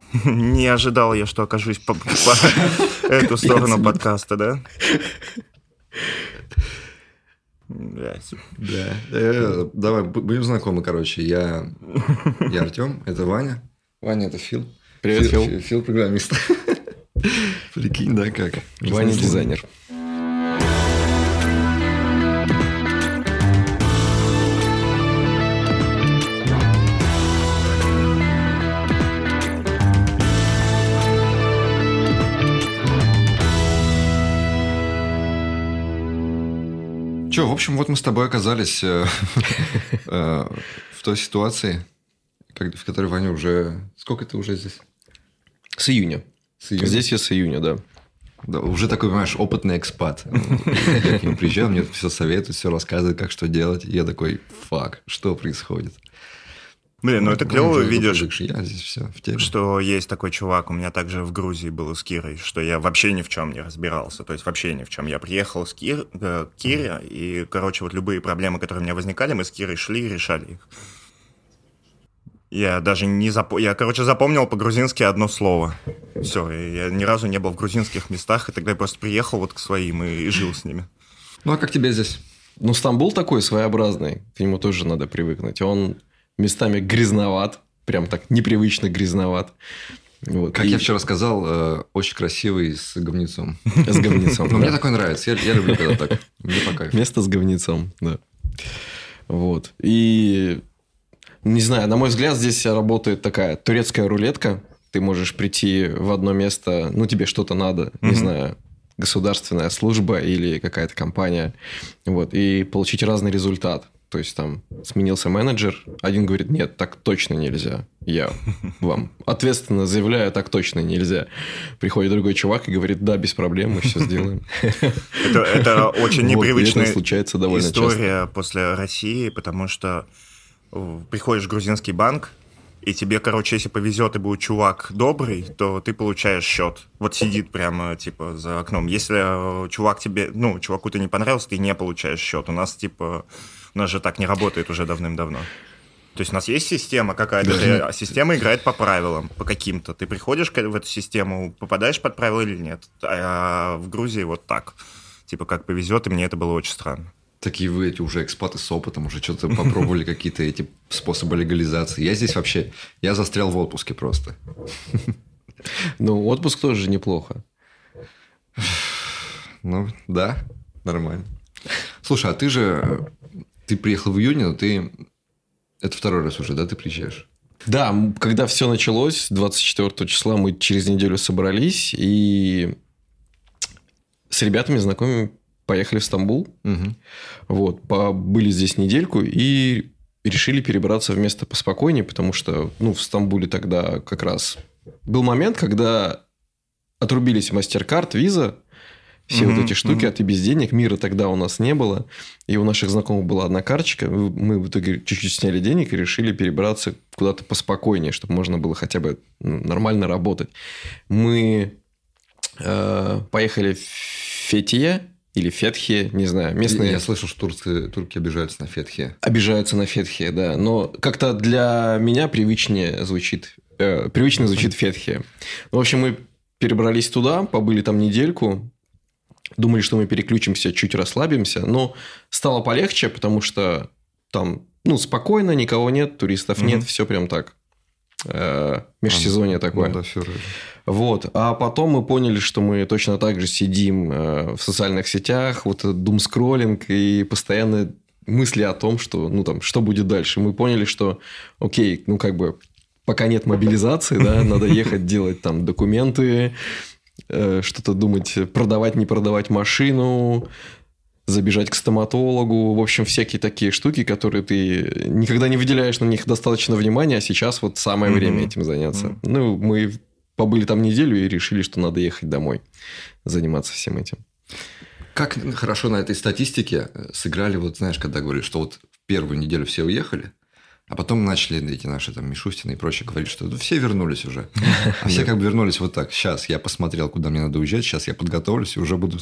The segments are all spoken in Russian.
Не ожидал я, что окажусь по эту сторону подкаста, да? Да. Давай, будем знакомы, короче. Я Артем, это Ваня. Ваня, это Фил. Привет, Фил. Фил программист. Прикинь, да, как? Ваня дизайнер. В общем, вот мы с тобой оказались в той ситуации, в которой Ваня уже... Сколько ты уже здесь? С июня. Здесь я с июня, да. Да, уже такой, понимаешь, опытный экспат. Я к нему приезжаю, мне все советуют, все рассказывают, как что делать. И я такой, что происходит? Блин, ну это клево, видишь, я здесь все в теме. Что есть такой чувак, у меня также в Грузии было с Кирой, что я вообще ни в чем не разбирался, то есть вообще ни в чем. Я приехал к Кире, и, короче, вот любые проблемы, которые у меня возникали, мы с Кирой шли и решали их. Я даже не я, короче, запомнил по-грузински одно слово. Все, я ни разу не был в грузинских местах, и тогда я просто приехал вот к своим и жил с ними. Ну, а как тебе здесь? Ну, Стамбул такой своеобразный, к нему тоже надо привыкнуть. Он местами грязноват, прям так непривычно грязноват. Вот. Как я вчера сказал, очень красивый с говнецом. С говнецом. Мне такой нравится. Я люблю, когда так. Мне по кайфу. Место с говнецом, да. Вот. И, не знаю, на мой взгляд, здесь работает такая турецкая рулетка. Ты можешь прийти в одно место, ну, тебе что-то надо, не знаю, государственная служба или какая-то компания, вот, и получить разный результат. То есть, там сменился менеджер, один говорит, нет, так точно нельзя. Я вам ответственно заявляю, так точно нельзя. Приходит другой чувак и говорит, да, без проблем, мы все сделаем. Это очень непривычная история после России, потому что приходишь в грузинский банк, и тебе, короче, если повезет и будет чувак добрый, то ты получаешь счет. Вот сидит прямо, типа, за окном. Если чуваку ты не понравился, ты не получаешь счет. У нас же так не работает уже давным-давно. То есть у нас есть система какая-то, система играет по правилам, по каким-то. Ты приходишь в эту систему, попадаешь под правила или нет. А в Грузии вот так. Типа, как повезет, и мне это было очень странно. Такие вы эти уже экспаты с опытом, уже что-то попробовали, какие-то эти способы легализации. Я здесь вообще, я застрял в отпуске просто. Ну, отпуск тоже неплохо. Ну, да, нормально. Слушай, а ты приехал в июне, но это второй раз уже, да, ты приезжаешь? Да, когда все началось, 24 числа мы через неделю собрались и с ребятами знакомыми поехали в Стамбул. Угу. Вот, побыли здесь недельку и решили перебраться в место поспокойнее, потому что, в Стамбуле тогда как раз был момент, когда отрубились MasterCard, Visa, все вот эти штуки, а ты без денег, мира тогда у нас не было. И у наших знакомых была одна карточка. Мы в итоге чуть-чуть сняли денег и решили перебраться куда-то поспокойнее, чтобы можно было хотя бы нормально работать. Мы поехали в Фетия или Фетхи, не знаю. Местные... Я слышал, что турки обижаются на Фетхи. Обижаются на Фетхи, да. Но как-то для меня привычно звучит Фетхи. В общем, мы перебрались туда, побыли там недельку. Думали, что мы переключимся, чуть расслабимся. Но стало полегче, потому что там спокойно, никого нет, туристов нет. Все прям так. Межсезонье такое. Да, все. Вот. А потом мы поняли, что мы точно так же сидим в социальных сетях, вот этот думскроллинг и постоянно мысли о том, что, что будет дальше. Мы поняли, что, окей, пока нет мобилизации, да, надо ехать делать там документы, что-то думать, продавать, не продавать машину, забежать к стоматологу. В общем, всякие такие штуки, которые ты никогда не выделяешь на них достаточно внимания, а сейчас вот самое время этим заняться. Мы побыли там неделю и решили, что надо ехать домой, заниматься всем этим. Как хорошо на этой статистике сыграли, вот знаешь, когда говоришь, что вот в первую неделю все уехали, а потом начали эти наши там Мишустины и прочие говорить, что все вернулись уже. А все вернулись вот так. Сейчас я посмотрел, куда мне надо уезжать, сейчас я подготовлюсь и уже буду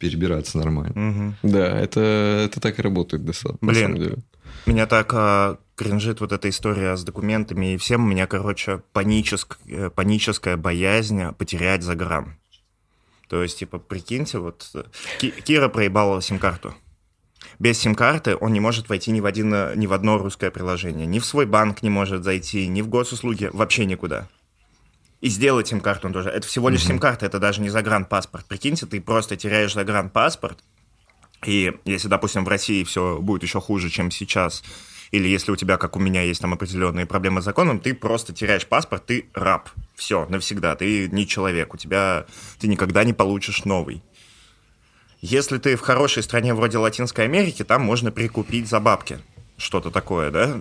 перебираться нормально. Да, это так и работает, на самом деле. Меня так кринжит вот эта история с документами и всем. У меня, короче, паническая боязнь потерять загран. То есть, типа, прикиньте, вот Кира проебала сим-карту. Без сим-карты он не может войти ни в одно русское приложение. Ни в свой банк не может зайти, ни в госуслуги, вообще никуда. И сделать сим-карту он тоже. Это всего лишь сим-карта, это даже не загранпаспорт. Прикиньте, ты просто теряешь загранпаспорт, и если, допустим, в России все будет еще хуже, чем сейчас, или если у тебя, как у меня, есть там определенные проблемы с законом, ты просто теряешь паспорт, ты раб. Все, навсегда. Ты не человек. Ты никогда не получишь новый. Если ты в хорошей стране вроде Латинской Америки, там можно прикупить за бабки. Что-то такое, да?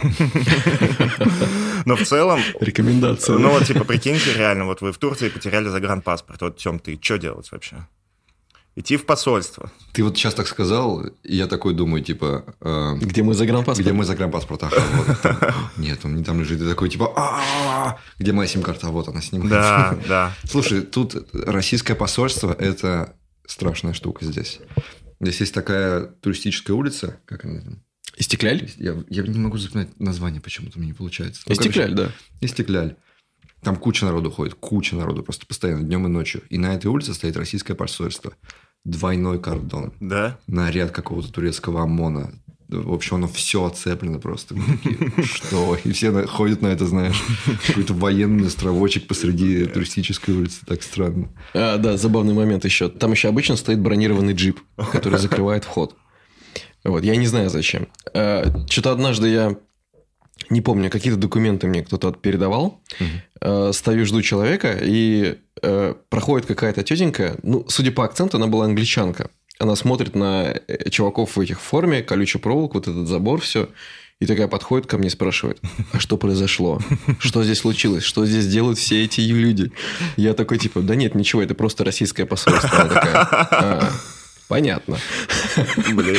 Но в целом... Рекомендация. Ну вот, типа, прикиньте, реально, вот вы в Турции потеряли загранпаспорт. Вот, Тём, ты что делать вообще? Идти в посольство. Ты вот сейчас так сказал, и я такой думаю, типа... Где мой загранпаспорт? Где мой загранпаспорт? Ага, вот там. Нет, он не там лежит. И такой, типа, где моя сим-карта? Вот она снимается. Да. Слушай, тут российское посольство – это страшная штука здесь. Здесь есть такая туристическая улица, как она там? Истекляль? Я не могу запомнить название, почему-то мне не получается. Истекляль, да. Истекляль. Там куча народу ходит, куча народу, просто постоянно, днем и ночью. И на этой улице стоит российское посольство. Двойной кордон. Да? Наряд какого-то турецкого ОМОНа. В общем, оно все оцеплено просто. Мы такие, что? И все ходят на это, знаешь, какой-то военный островочек посреди туристической улицы. Так странно. Да, забавный момент еще. Там еще обычно стоит бронированный джип, который закрывает вход. Вот, я не знаю зачем. Что-то однажды я не помню, какие-то документы мне кто-то передавал. Стою, жду человека, и проходит какая-то тетенька. Ну, судя по акценту, она была англичанка. Она смотрит на чуваков в этих форме, колючий проволок, вот этот забор, все. И такая подходит ко мне и спрашивает, а что произошло? Что здесь случилось? Что здесь делают все эти люди? Я такой, типа, да нет, ничего, это просто российское посольство. Она такая, понятно. Блин.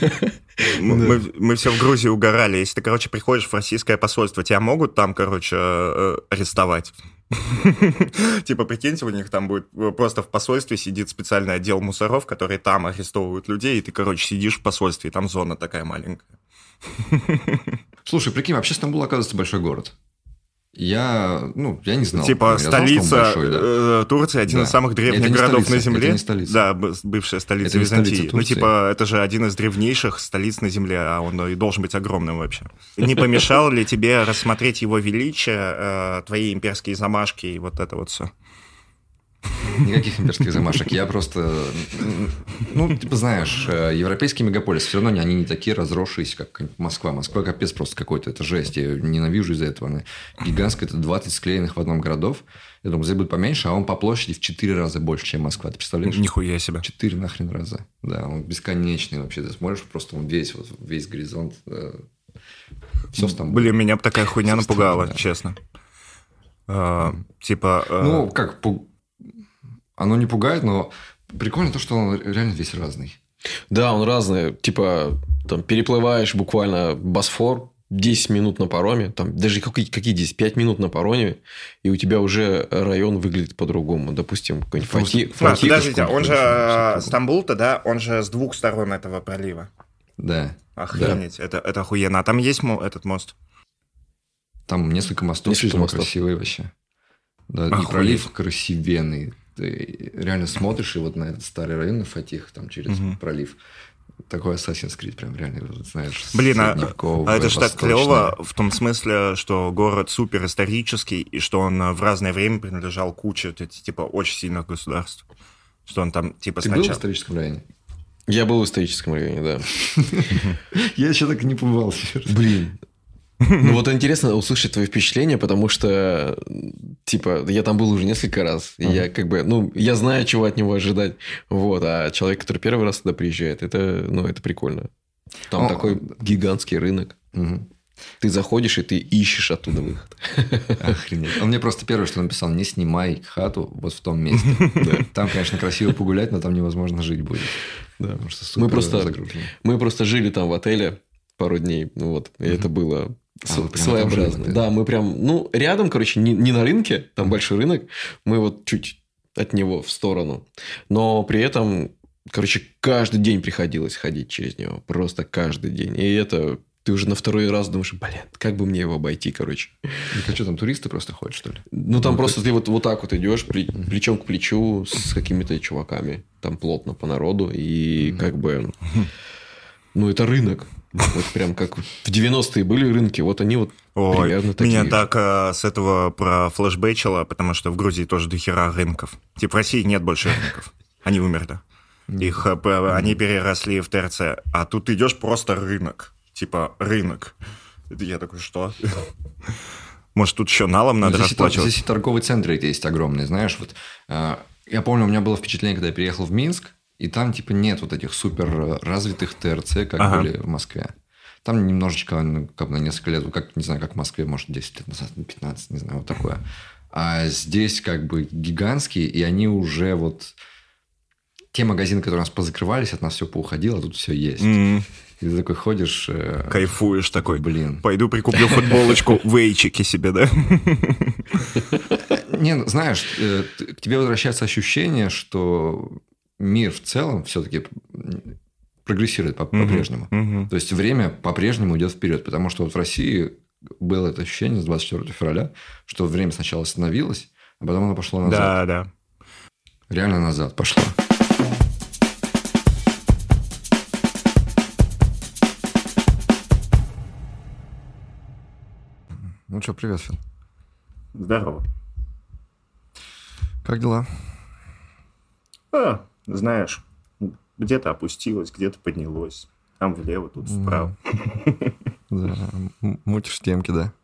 Мы все в Грузии угорали. Если ты, короче, приходишь в российское посольство, тебя могут там, короче, арестовать. Типа, прикиньте, у них там будет просто в посольстве сидит специальный отдел мусоров, которые там арестовывают людей, и ты, короче, сидишь в посольстве, и там зона такая маленькая. Слушай, прикинь, вообще Стамбул, оказывается, большой город. Я не знал. Типа, столица Турции, один из самых древних городов на Земле. Это не столица. Да, бывшая столица Византии. Ну, типа, это же один из древнейших столиц на Земле, а он и должен быть огромным вообще. Не помешало ли тебе рассмотреть его величие, твои имперские замашки и вот это вот все? Никаких имперских замашек. Я просто... знаешь, европейские мегаполисы все равно они не такие разросшиеся, как Москва. Москва капец просто какой-то. Это жесть. Я ненавижу из-за этого. Она гигантская. Это 20 склеенных в одном городов. Я думаю, здесь будет поменьше, а он по площади в 4 раза больше, чем Москва. Ты представляешь? Нихуя себе. 4 нахрен раза. Да, он бесконечный вообще. Ты смотришь, просто он весь горизонт. Все в Стамбуле. Блин, меня такая хуйня напугала, честно. Типа... Оно не пугает, но прикольно то, что он реально весь разный. Да, он разный. Типа, там, переплываешь буквально Босфор, 10 минут на пароме, там, даже какие 10, 5 минут на пароме, и у тебя уже район выглядит по-другому. Допустим, какой-нибудь Фатих. Подождите, он же Стамбул-то, да, он же с двух сторон этого пролива. Да. Охренеть, да. Это охуенно. А там есть этот мост? Там несколько мостов, красивые вообще. Да, и пролив красивенный. Ты реально смотришь, и вот на этот старый район, на Фатих, там через пролив. Такой Assassin's Creed, прям реально, знаешь, блин, а это же так клево в том смысле, что город супер исторический, и что он в разное время принадлежал куче, типа, очень сильных государств. Что он там, типа, Ты был в историческом районе? Я был в историческом районе, да. Я еще так и не побывал. Блин. Ну, вот интересно услышать твои впечатления, потому что, типа, я там был уже несколько раз, и я как бы, я знаю, чего от него ожидать, вот, а человек, который первый раз туда приезжает, это прикольно. Там такой гигантский рынок. Ты заходишь, и ты ищешь оттуда выход. Охренеть. Он мне просто первое, что написал, не снимай хату вот в том месте. Там, конечно, красиво погулять, но там невозможно жить будет. Мы просто жили там в отеле пару дней, вот, и это было... своеобразно. Да, мы прям, рядом, короче, не на рынке, там большой рынок, мы вот чуть от него в сторону. Но при этом, короче, каждый день приходилось ходить через него. Просто каждый день. И это ты уже на второй раз думаешь, как бы мне его обойти, короче. А что, там туристы просто ходят, что ли? Ну, там просто ты вот так вот идешь плечом к плечу с какими-то чуваками. Там плотно по народу. И как бы... Ну, это рынок. Вот прям как в 90-е были рынки. Вот они вот примерно такие. Меня так с этого профлешбэчило, потому что в Грузии тоже дохера рынков. Типа в России нет больше рынков. Они умерли. Они переросли в ТРЦ. А тут идешь просто рынок. Типа рынок. Я такой, что? Может, тут еще налом надо расплачиваться? Здесь и торговые центры есть огромные, знаешь. Вот, я помню, у меня было впечатление, когда я переехал в Минск, и там типа нет вот этих супер развитых ТРЦ, как были в Москве. Там немножечко, как на несколько лет, как, не знаю, как в Москве, может, 10 лет назад, 15, не знаю, вот такое. А здесь как бы гигантские, и они уже вот... Те магазины, которые у нас позакрывались, от нас все поуходило, а тут все есть. И ты такой ходишь... Кайфуешь такой. Блин. Пойду прикуплю футболочку в Эйчике себе, да? Не, знаешь, к тебе возвращается ощущение, что мир в целом все-таки прогрессирует по-прежнему. То есть время по-прежнему идет вперед. Потому что вот в России было это ощущение с 24 февраля, что время сначала остановилось, а потом оно пошло назад. Да. Реально назад пошло. Ну что, привет, Фин. Здорово. Как дела? Знаешь, где-то опустилось, где-то поднялось. Там влево, тут вправо. Да, мутишь темки, да?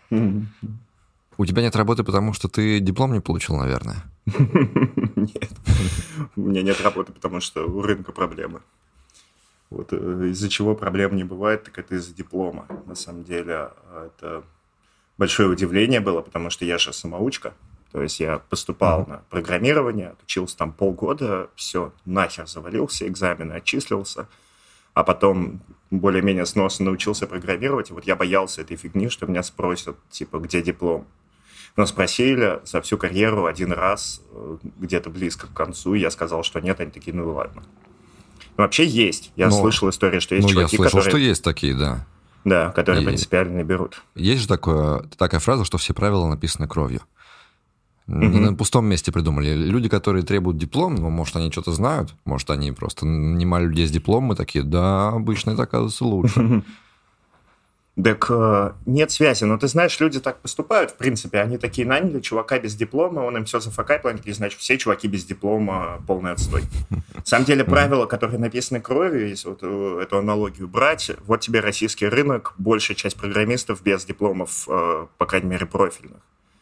У тебя нет работы, потому что ты диплом не получил, наверное? Нет. У меня нет работы, потому что у рынка проблемы. Вот из-за чего проблем не бывает, так это из-за диплома. На самом деле, это большое удивление было, потому что я же самоучка. То есть я поступал на программирование, отучился там полгода, все, нахер завалился, экзамены отчислился, а потом более-менее сносно научился программировать, и вот я боялся этой фигни, что меня спросят, типа, где диплом. Но спросили за всю карьеру один раз, где-то близко к концу, и я сказал, что нет, они такие, ну ладно. Но вообще есть. Я слышал историю, что есть чуваки, я слышал, что есть такие, да. Да, которые принципиально не берут. Есть же такая фраза, что все правила написаны кровью. Не на пустом месте придумали. Люди, которые требуют диплом, ну, может, они что-то знают, может, они просто нанимали людей с дипломом и такие, да, обычно это оказывается лучше. Так нет связи. Но ты знаешь, люди так поступают, в принципе. Они такие наняли чувака без диплома, он им все зафакапил, они такие, значит, все чуваки без диплома полный отстой. На самом деле, правила, которые написаны кровью, если вот эту аналогию брать, вот тебе российский рынок, большая часть программистов без дипломов, по крайней мере, профильных.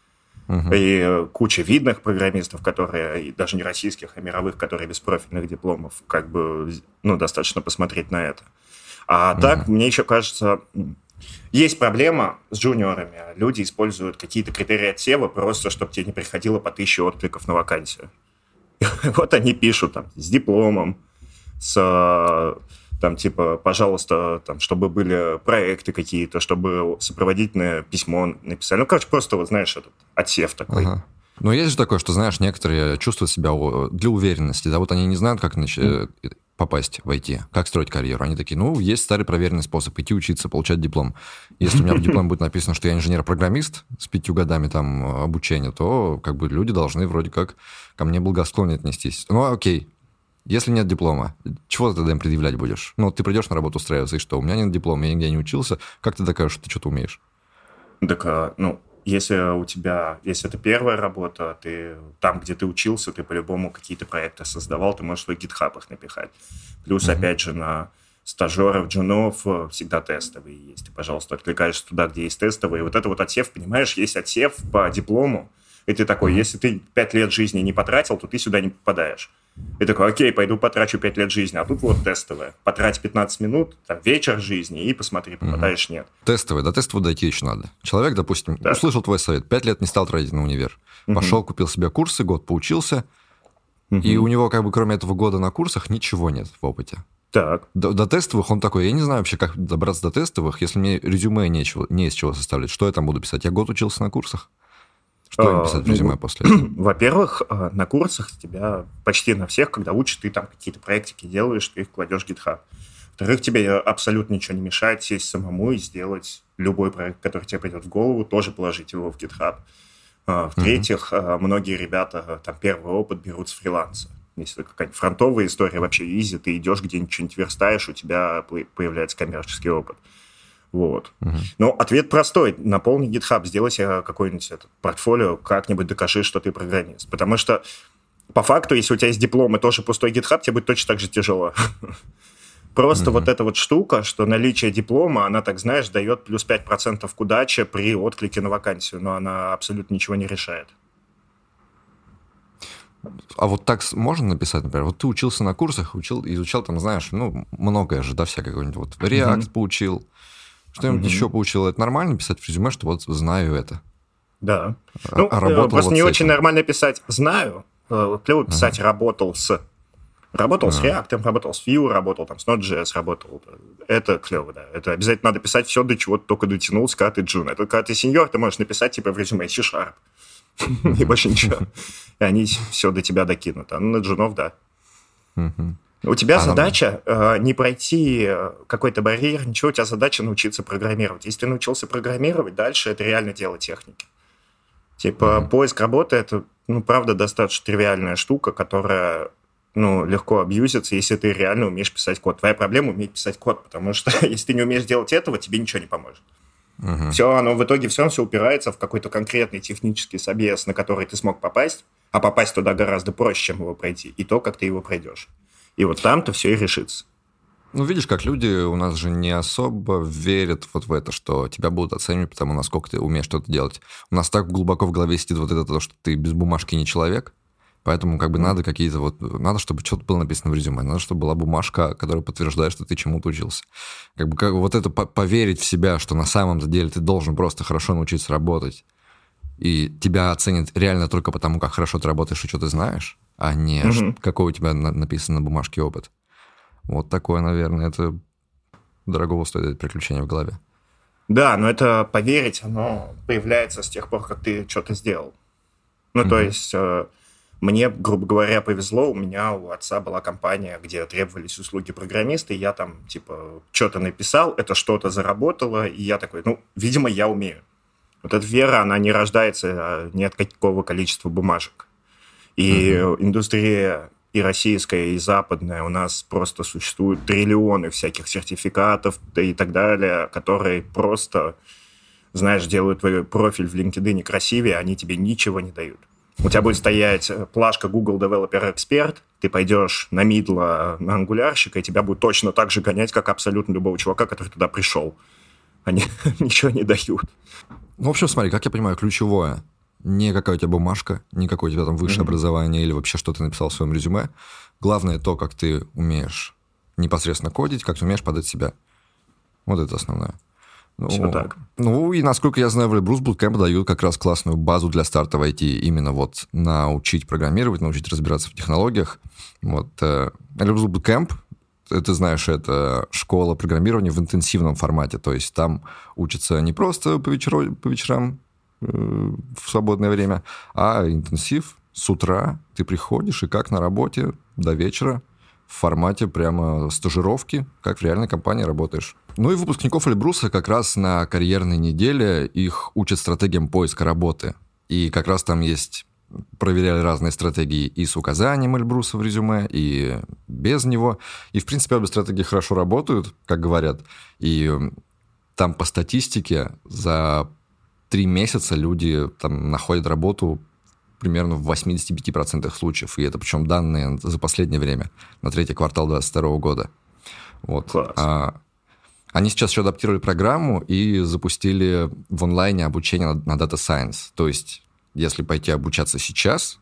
И куча видных программистов, которые, даже не российских, а мировых, которые без профильных дипломов, как бы, ну, достаточно посмотреть на это. А так, мне еще кажется, есть проблема с джуниорами. Люди используют какие-то критерии отсева просто, чтобы тебе не приходило по 1000 откликов на вакансию. Вот они пишут там с дипломом, с... Там, типа, пожалуйста, там, чтобы были проекты какие-то, чтобы сопроводительное письмо написали. Ну, короче, просто, вот, знаешь, этот отсев такой. Ну, есть же такое, что, знаешь, некоторые чувствуют себя для уверенности, да, вот они не знают, как попасть в IT, как строить карьеру. Они такие, ну, есть старый проверенный способ, идти учиться, получать диплом. Если у меня в дипломе будет написано, что я инженер-программист с 5 годами там обучения, то, как бы, люди должны вроде как ко мне благосклонно отнестись. Ну, окей. Если нет диплома, чего ты тогда им предъявлять будешь? Ну, ты придешь на работу устраиваться, и что? У меня нет диплома, я нигде не учился. Как ты докажешь, что ты что-то умеешь? Так, ну, если это первая работа, ты там, где ты учился, ты по-любому какие-то проекты создавал, ты можешь свой GitHub их напихать. Плюс, опять же, на стажеров, джунов всегда тестовые есть. Ты, пожалуйста, откликаешься туда, где есть тестовые. И вот это вот отсев, понимаешь, есть отсев по диплому, и ты такой, если ты 5 лет жизни не потратил, то ты сюда не попадаешь. И такой, окей, пойду потрачу 5 лет жизни, а тут вот тестовое. Потрать 15 минут, там, вечер жизни, и посмотри, попадаешь, нет. Тестовое, до тестового дойти еще надо. Человек, допустим, услышал твой совет, 5 лет не стал тратить на универ. Пошел, купил себе курсы, год поучился, и у него, как бы, кроме этого года на курсах, ничего нет в опыте. Так. До тестовых он такой, я не знаю вообще, как добраться до тестовых, если мне резюме не из чего составлять. Что я там буду писать? Я год учился на курсах. Что им писать в резюме после этого? Во-первых, на курсах тебя почти на всех, когда учат, ты там какие-то проектики делаешь, ты их кладешь в GitHub. Во-вторых, тебе абсолютно ничего не мешает сесть самому и сделать любой проект, который тебе придет в голову, тоже положить его в GitHub. В-третьих, многие ребята там первый опыт берут с фриланса. Если какая-нибудь фронтовая история, вообще изи, ты идешь где-нибудь что-нибудь верстаешь, у тебя появляется коммерческий опыт. Вот. Но ответ простой. Наполни GitHub, сделай себе какое-нибудь портфолио, как-нибудь докажи, что ты программист. Потому что по факту, если у тебя есть диплом и тоже пустой GitHub, тебе будет точно так же тяжело. Просто вот эта вот штука, что наличие диплома, она, так знаешь, дает плюс 5% к удаче при отклике на вакансию, но она абсолютно ничего не решает. А вот так можно написать, например, вот ты учился на курсах, изучал там, знаешь, многое же, да, всякое какое-нибудь, вот React поучил, что-нибудь еще поучил, это нормально писать в резюме, что вот знаю это? Да. Просто вот не очень нормально писать «знаю», клево писать «работал с». Работал с React, работал с Vue, работал там с Node.js, работал. Это клево, да. Это обязательно надо писать все, до чего ты только дотянулся, когда ты джун. Это когда ты сеньор, ты можешь написать типа в резюме C#. И больше ничего. И они все до тебя докинут. А на джунов, да. У тебя задача не пройти какой-то барьер, ничего, у тебя задача научиться программировать. Если ты научился программировать, дальше это реально дело техники. Типа поиск работы, это, правда, достаточно тривиальная штука, которая... легко абьюзится, если ты реально умеешь писать код. Твоя проблема — уметь писать код, потому что если ты не умеешь делать этого, тебе ничего не поможет. Оно в итоге все упирается в какой-то конкретный технический собес, на который ты смог попасть, а попасть туда гораздо проще, чем его пройти, и то, как ты его пройдешь. И вот там-то все и решится. Видишь, как люди у нас же не особо верят вот в это, что тебя будут оценивать потому, насколько ты умеешь что-то делать. У нас так глубоко в голове сидит вот это то, что ты без бумажки не человек. Поэтому надо какие-то надо, чтобы что-то было написано в резюме, надо, чтобы была бумажка, которая подтверждает, что ты чему-то учился. Вот это поверить в себя, что на самом деле ты должен просто хорошо научиться работать, и тебя оценят реально только потому, как хорошо ты работаешь и что ты знаешь, а не какой у тебя написан на бумажке опыт. Вот такое, наверное, это дорогого стоит приключение в голове. Да, но это поверить, оно появляется с тех пор, как ты что-то сделал. То есть... Мне, грубо говоря, повезло, у отца была компания, где требовались услуги программиста, и я там, что-то написал, это что-то заработало, и я такой, видимо, я умею. Вот эта вера, она не рождается ни от какого количества бумажек. И индустрия и российская, и западная, у нас просто существуют триллионы всяких сертификатов и так далее, которые просто, знаешь, делают твой профиль в LinkedIn красивее, они тебе ничего не дают. У тебя будет стоять плашка Google Developer Expert, ты пойдешь на мидла, на ангулярщика, и тебя будет точно так же гонять, как абсолютно любого чувака, который туда пришел. Они ничего не дают. В общем, смотри, как я понимаю, ключевое. Не какая у тебя бумажка, не какое у тебя там высшее образование или вообще что ты написал в своем резюме. Главное то, как ты умеешь непосредственно кодить, как ты умеешь подать себя. Вот это основное. Все так. И, насколько я знаю, в Эльбрус Bootcamp дают как раз классную базу для старта в IT. Именно научить программировать, научить разбираться в технологиях. Эльбрус Bootcamp, ты знаешь, это школа программирования в интенсивном формате. То есть там учатся не просто по вечерам в свободное время, а интенсив с утра. Ты приходишь, и как на работе до вечера в формате прямо стажировки, как в реальной компании работаешь. И выпускников Эльбруса как раз на карьерной неделе их учат стратегиям поиска работы. И как раз там проверяли разные стратегии и с указанием Эльбруса в резюме, и без него. И, в принципе, обе стратегии хорошо работают, как говорят. И там по статистике за 3 месяца люди там находят работу примерно в 85% случаев. И это причем данные за последнее время, на 3-й квартал 2022 года. Класс. Они сейчас еще адаптировали программу и запустили в онлайне обучение на Data Science. То есть, если пойти обучаться сейчас,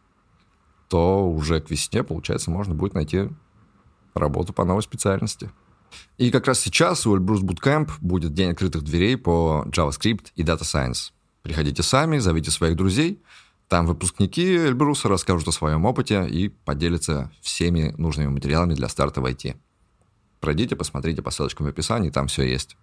то уже к весне, получается, можно будет найти работу по новой специальности. И как раз сейчас у Эльбрус Bootcamp будет день открытых дверей по JavaScript и Data Science. Приходите сами, зовите своих друзей. Там выпускники Эльбруса расскажут о своем опыте и поделятся всеми нужными материалами для старта в IT. Пройдите, посмотрите по ссылочкам в описании, там все есть.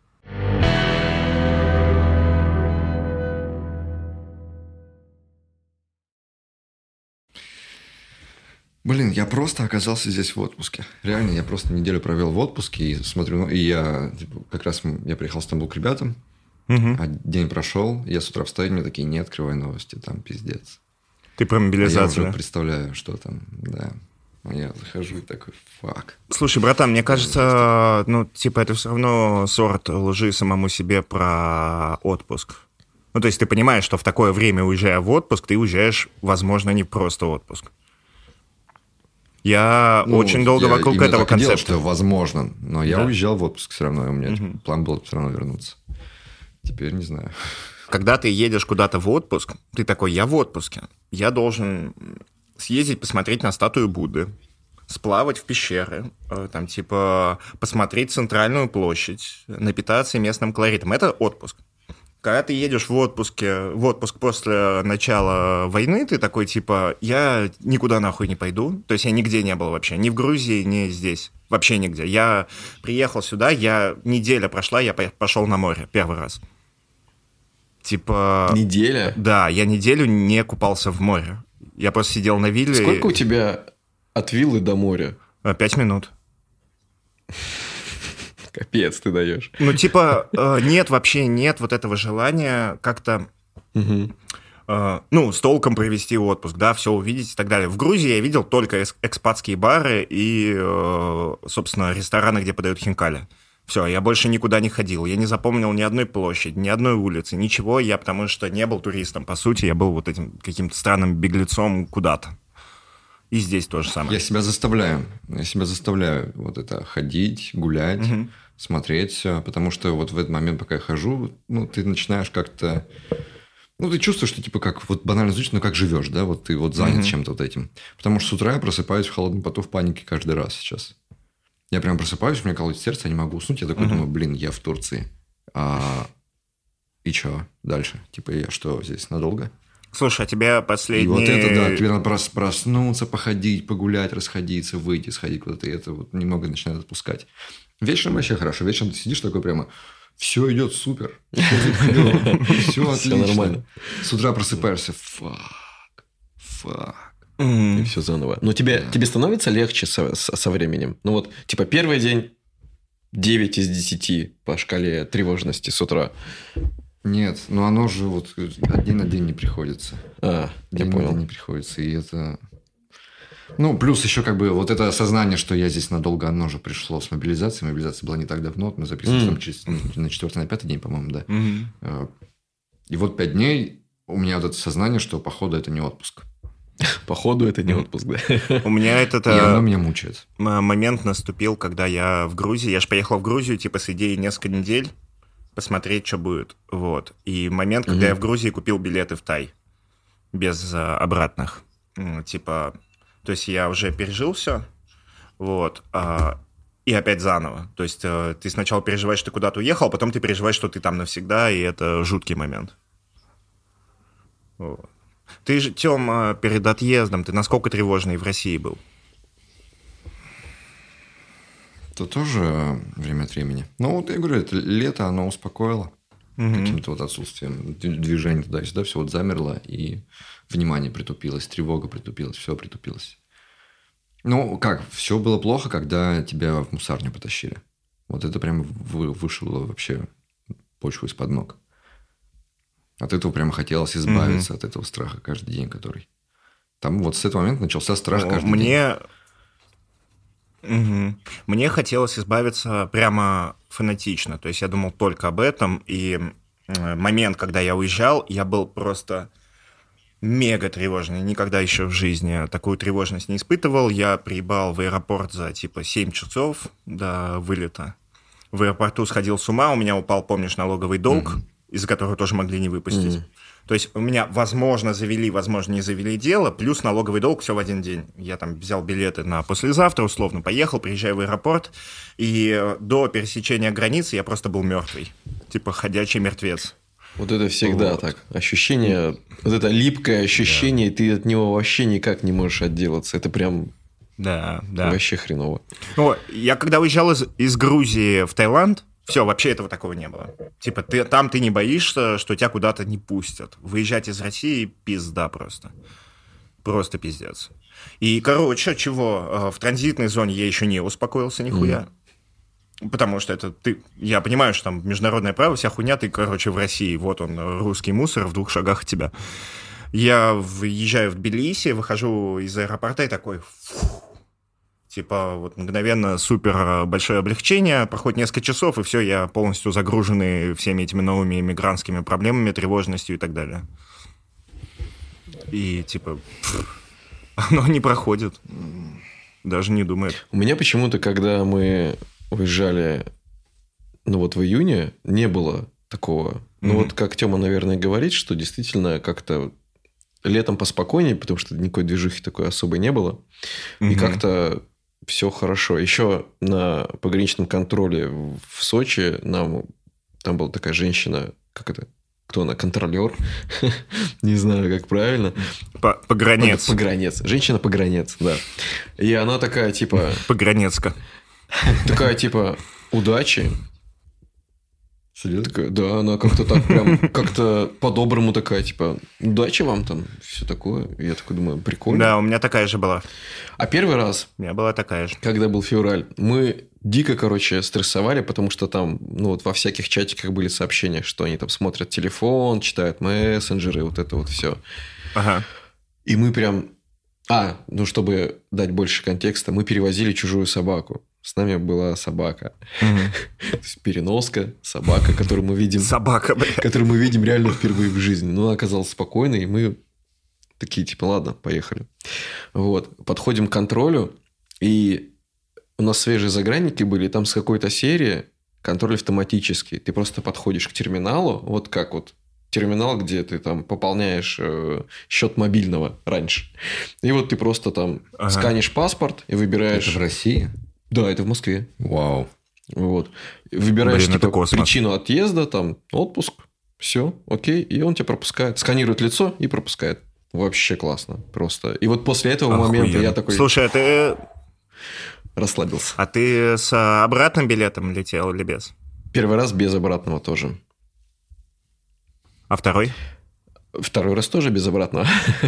Блин, я просто оказался здесь в отпуске. Реально, я просто неделю провел в отпуске и смотрю, ну, и я типа, как раз я приехал в Стамбул к ребятам, а день прошел, я с утра встаю, мне такие, не открывай новости, там пиздец. Ты про А я мобилизацию, уже да? представляю, что там, да. А я захожу и такой, фак. Слушай, братан, мне кажется, ну, типа, это все равно сорт лжи самому себе про отпуск. Ну, то есть ты понимаешь, что в такое время, уезжая в отпуск, ты уезжаешь, возможно, не просто отпуск. Я очень долго я вокруг именно этого так и делал, концепта. что возможно, но я Да. уезжал в отпуск все равно, и у меня план был все равно вернуться. Теперь не знаю. Когда ты едешь куда-то в отпуск, ты такой, я в отпуске, я должен съездить посмотреть на статую Будды, сплавать в пещеры, там, типа, посмотреть центральную площадь, напитаться местным колоритом. Это отпуск. Когда ты едешь в отпуск после начала войны, ты такой, типа, я никуда нахуй не пойду. То есть я нигде не был вообще, ни в Грузии, ни здесь. Вообще нигде. Я приехал сюда, неделя прошла, я пошел на море первый раз. Типа... Неделя? Да, я неделю не купался в море. Я просто сидел на вилле. Сколько у тебя от виллы до моря? 5 минут. Капец ты даешь. Ну, типа, нет вот этого желания как-то, с толком провести отпуск, да, все увидеть и так далее. В Грузии я видел только экспатские бары и, собственно, рестораны, где подают хинкали. Все, я больше никуда не ходил. Я не запомнил ни одной площади, ни одной улицы, ничего. Я потому что не был туристом, по сути. Я был вот этим каким-то странным беглецом куда-то. И здесь то же самое. Я себя заставляю вот это ходить, гулять, смотреть все. Потому что вот в этот момент, пока я хожу, ну, ты начинаешь как-то... Ну, ты чувствуешь, что типа как вот банально звучит, но как живешь, да? Вот ты вот занят чем-то вот этим. Потому что с утра я просыпаюсь в холодном поту в панике каждый раз сейчас. Я прям просыпаюсь, у меня колотит сердце, я не могу уснуть. Я такой думаю, блин, я в Турции. И что дальше? Типа, я что, здесь надолго? Слушай, а тебя последние... И вот это, да, тебе надо проснуться, походить, погулять, расходиться, выйти, сходить куда-то. И это вот немного начинает отпускать. Вечером вообще хорошо. Вечером ты сидишь такой прямо, все идет супер. Все отлично. нормально. С утра просыпаешься, фак. И все заново. Но тебе становится легче со временем? Ну вот, типа, первый день 9 из 10 по шкале тревожности с утра. Нет, но оно же вот день на день не приходится. Я День на понял. день не приходится. И это... Ну, плюс еще как бы вот это осознание, что я здесь надолго, оно же пришло с мобилизацией. Мобилизация была не так давно. Вот мы записывались там на 4-й, на 5-й день, по-моему, да. И вот 5 дней у меня вот это сознание, что, походу, это не отпуск. Походу, это не отпуск, да? У меня И оно меня мучает. момент наступил, когда я в Грузии. Я же поехал в Грузию, типа, с идеей несколько недель посмотреть, что будет. Вот. И момент, когда я в Грузии купил билеты в Тай. Без обратных. Типа... То есть я уже пережил все. Вот. И опять заново. То есть ты сначала переживаешь, что ты куда-то уехал, а потом ты переживаешь, что ты там навсегда, и это жуткий момент. Вот. Ты же, Тём, перед отъездом, ты насколько тревожный в России был? Это тоже время от времени. Ну, вот я говорю, это лето, оно успокоило. Каким-то вот отсутствием движения туда и сюда. Все вот замерло, и внимание притупилось, тревога притупилась, все притупилось. Ну, как, все было плохо, когда тебя в мусарню потащили. Вот это прям вышибло вообще почву из-под ног. От этого прямо хотелось избавиться, от этого страха каждый день, который... Там вот с этого момента начался страх каждый день. Мне хотелось избавиться прямо фанатично. То есть я думал только об этом. И момент, когда я уезжал, я был просто мега тревожный. Никогда еще в жизни такую тревожность не испытывал. Я приебал в аэропорт за типа 7 часов до вылета. В аэропорту сходил с ума. У меня упал, помнишь, налоговый долг, из-за которого тоже могли не выпустить. То есть у меня, возможно, завели, возможно, не завели дело, плюс налоговый долг, все в один день. Я там взял билеты на послезавтра, условно, поехал, приезжаю в аэропорт, и до пересечения границы я просто был мертвый. Типа ходячий мертвец. Вот это всегда так. Ощущение, вот это липкое ощущение, и ты от него вообще никак не можешь отделаться. Это прям вообще хреново. Ну, я когда уезжал из Грузии в Таиланд, все, вообще этого такого не было. Типа, ты не боишься, что тебя куда-то не пустят. Выезжать из России – пизда просто. Просто пиздец. И, короче, чего? В транзитной зоне я еще не успокоился нихуя. Потому что это ты... Я понимаю, что там международное право, вся хуйня, ты, короче, в России, вот он, русский мусор в 2 шагах от тебя. Я въезжаю в Тбилиси, выхожу из аэропорта и такой... Типа, вот мгновенно супер большое облегчение, проходит несколько часов, и все, я полностью загруженный всеми этими новыми мигрантскими проблемами, тревожностью и так далее. И, типа, оно не проходит. Даже не думает. У меня почему-то, когда мы уезжали, ну вот в июне, не было такого. Ну вот как Тёма, наверное, говорит, что действительно как-то летом поспокойнее, потому что никакой движухи такой особой не было. И как-то все хорошо. Еще на пограничном контроле в Сочи там была такая женщина, как это? Кто она? Контролер? Не знаю, как правильно. Погранец. Погранец. Женщина-погранец, да. И она такая, типа... Погранецка. Такая, типа, удачи. Такая, да, она как-то так прям, как-то по-доброму такая, типа, удачи вам там, все такое. И я такой думаю, прикольно. Да, у меня такая же была. А первый раз... У меня была такая же. Когда был февраль, мы дико, короче, стрессовали, потому что там, ну, вот во всяких чатиках были сообщения, что они там смотрят телефон, читают мессенджеры, вот это вот все. Ага. И мы прям... ну, чтобы дать больше контекста, мы перевозили чужую собаку. С нами была собака. То есть переноска, собака, которую мы видим... Собака, блядь. Которую мы видим реально впервые в жизни. Но она оказалась спокойной, и мы такие, типа, ладно, поехали. Вот. Подходим к контролю, и у нас свежие загранники были, и там с какой-то серии контроль автоматический. Ты просто подходишь к терминалу, вот как вот терминал, где ты там пополняешь счет мобильного раньше. И вот ты просто там сканишь паспорт и выбираешь... Это в России? Да, это в Москве. Вау. Вот. Выбираешь типа, причину отъезда, там, отпуск, все, окей, и он тебя пропускает. Сканирует лицо и пропускает. Вообще классно. Просто. И вот после этого момента я такой... Слушай, а ты... Расслабился. А ты с обратным билетом летел или без? Первый раз без обратного тоже. А второй? Второй раз тоже без обратного.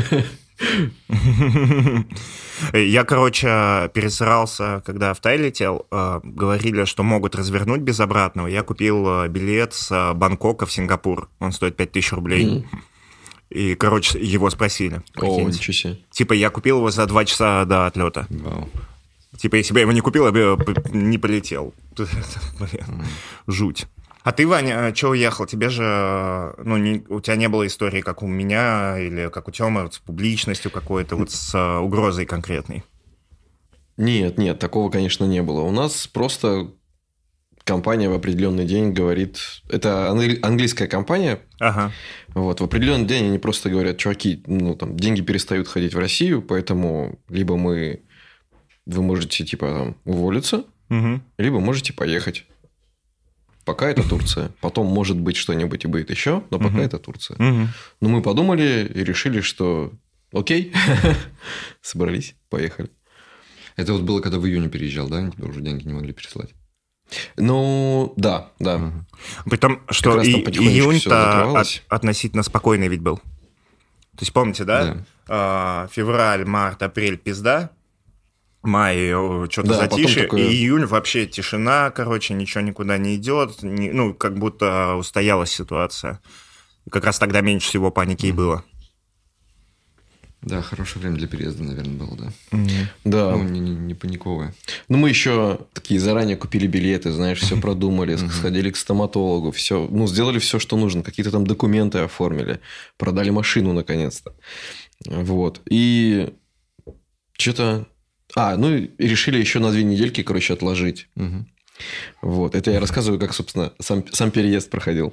Я, короче, пересрался, когда в Тай летел. Говорили, что могут развернуть без обратного. Я купил билет с Бангкока в Сингапур. Он стоит 5000 рублей. И, короче, его спросили. О, ничего себе. Типа, я купил его за 2 часа до отлета. Вау. Типа, если бы я его не купил, я бы не полетел. Блин, жуть. А ты, Ваня, что уехал? Тебе же, у тебя не было истории, как у меня, или как у Тёмы, вот, с публичностью какой-то, вот с угрозой конкретной? Нет, такого, конечно, не было. У нас просто компания в определенный день говорит... Это английская компания. Ага. Вот, в определенный день они просто говорят, чуваки, там, деньги перестают ходить в Россию, поэтому либо вы можете, типа, там, уволиться, либо можете поехать. Пока это Турция. Потом, может быть, что-нибудь и будет еще, но пока это Турция. Но мы подумали и решили, что окей, собрались, поехали. Это вот было, когда в июне переезжал, да? Они тебе уже деньги не могли переслать? Ну, да. При том, что июнь-то относительно спокойный ведь был. То есть, помните, да? Февраль, март, апрель пизда. Май что-то затишье, такое... и июнь вообще тишина, короче, ничего никуда не идет, как будто устоялась ситуация. И как раз тогда меньше всего паники и было. Да, хорошее время для переезда, наверное, было, да. Да. Не паниковое. Мы еще такие заранее купили билеты, знаешь, все продумали, сходили к стоматологу, все, сделали все, что нужно, какие-то там документы оформили, продали машину наконец-то. Вот. И что-то... и решили еще на 2 недельки, короче, отложить. Вот. Это я рассказываю, как, собственно, сам переезд проходил.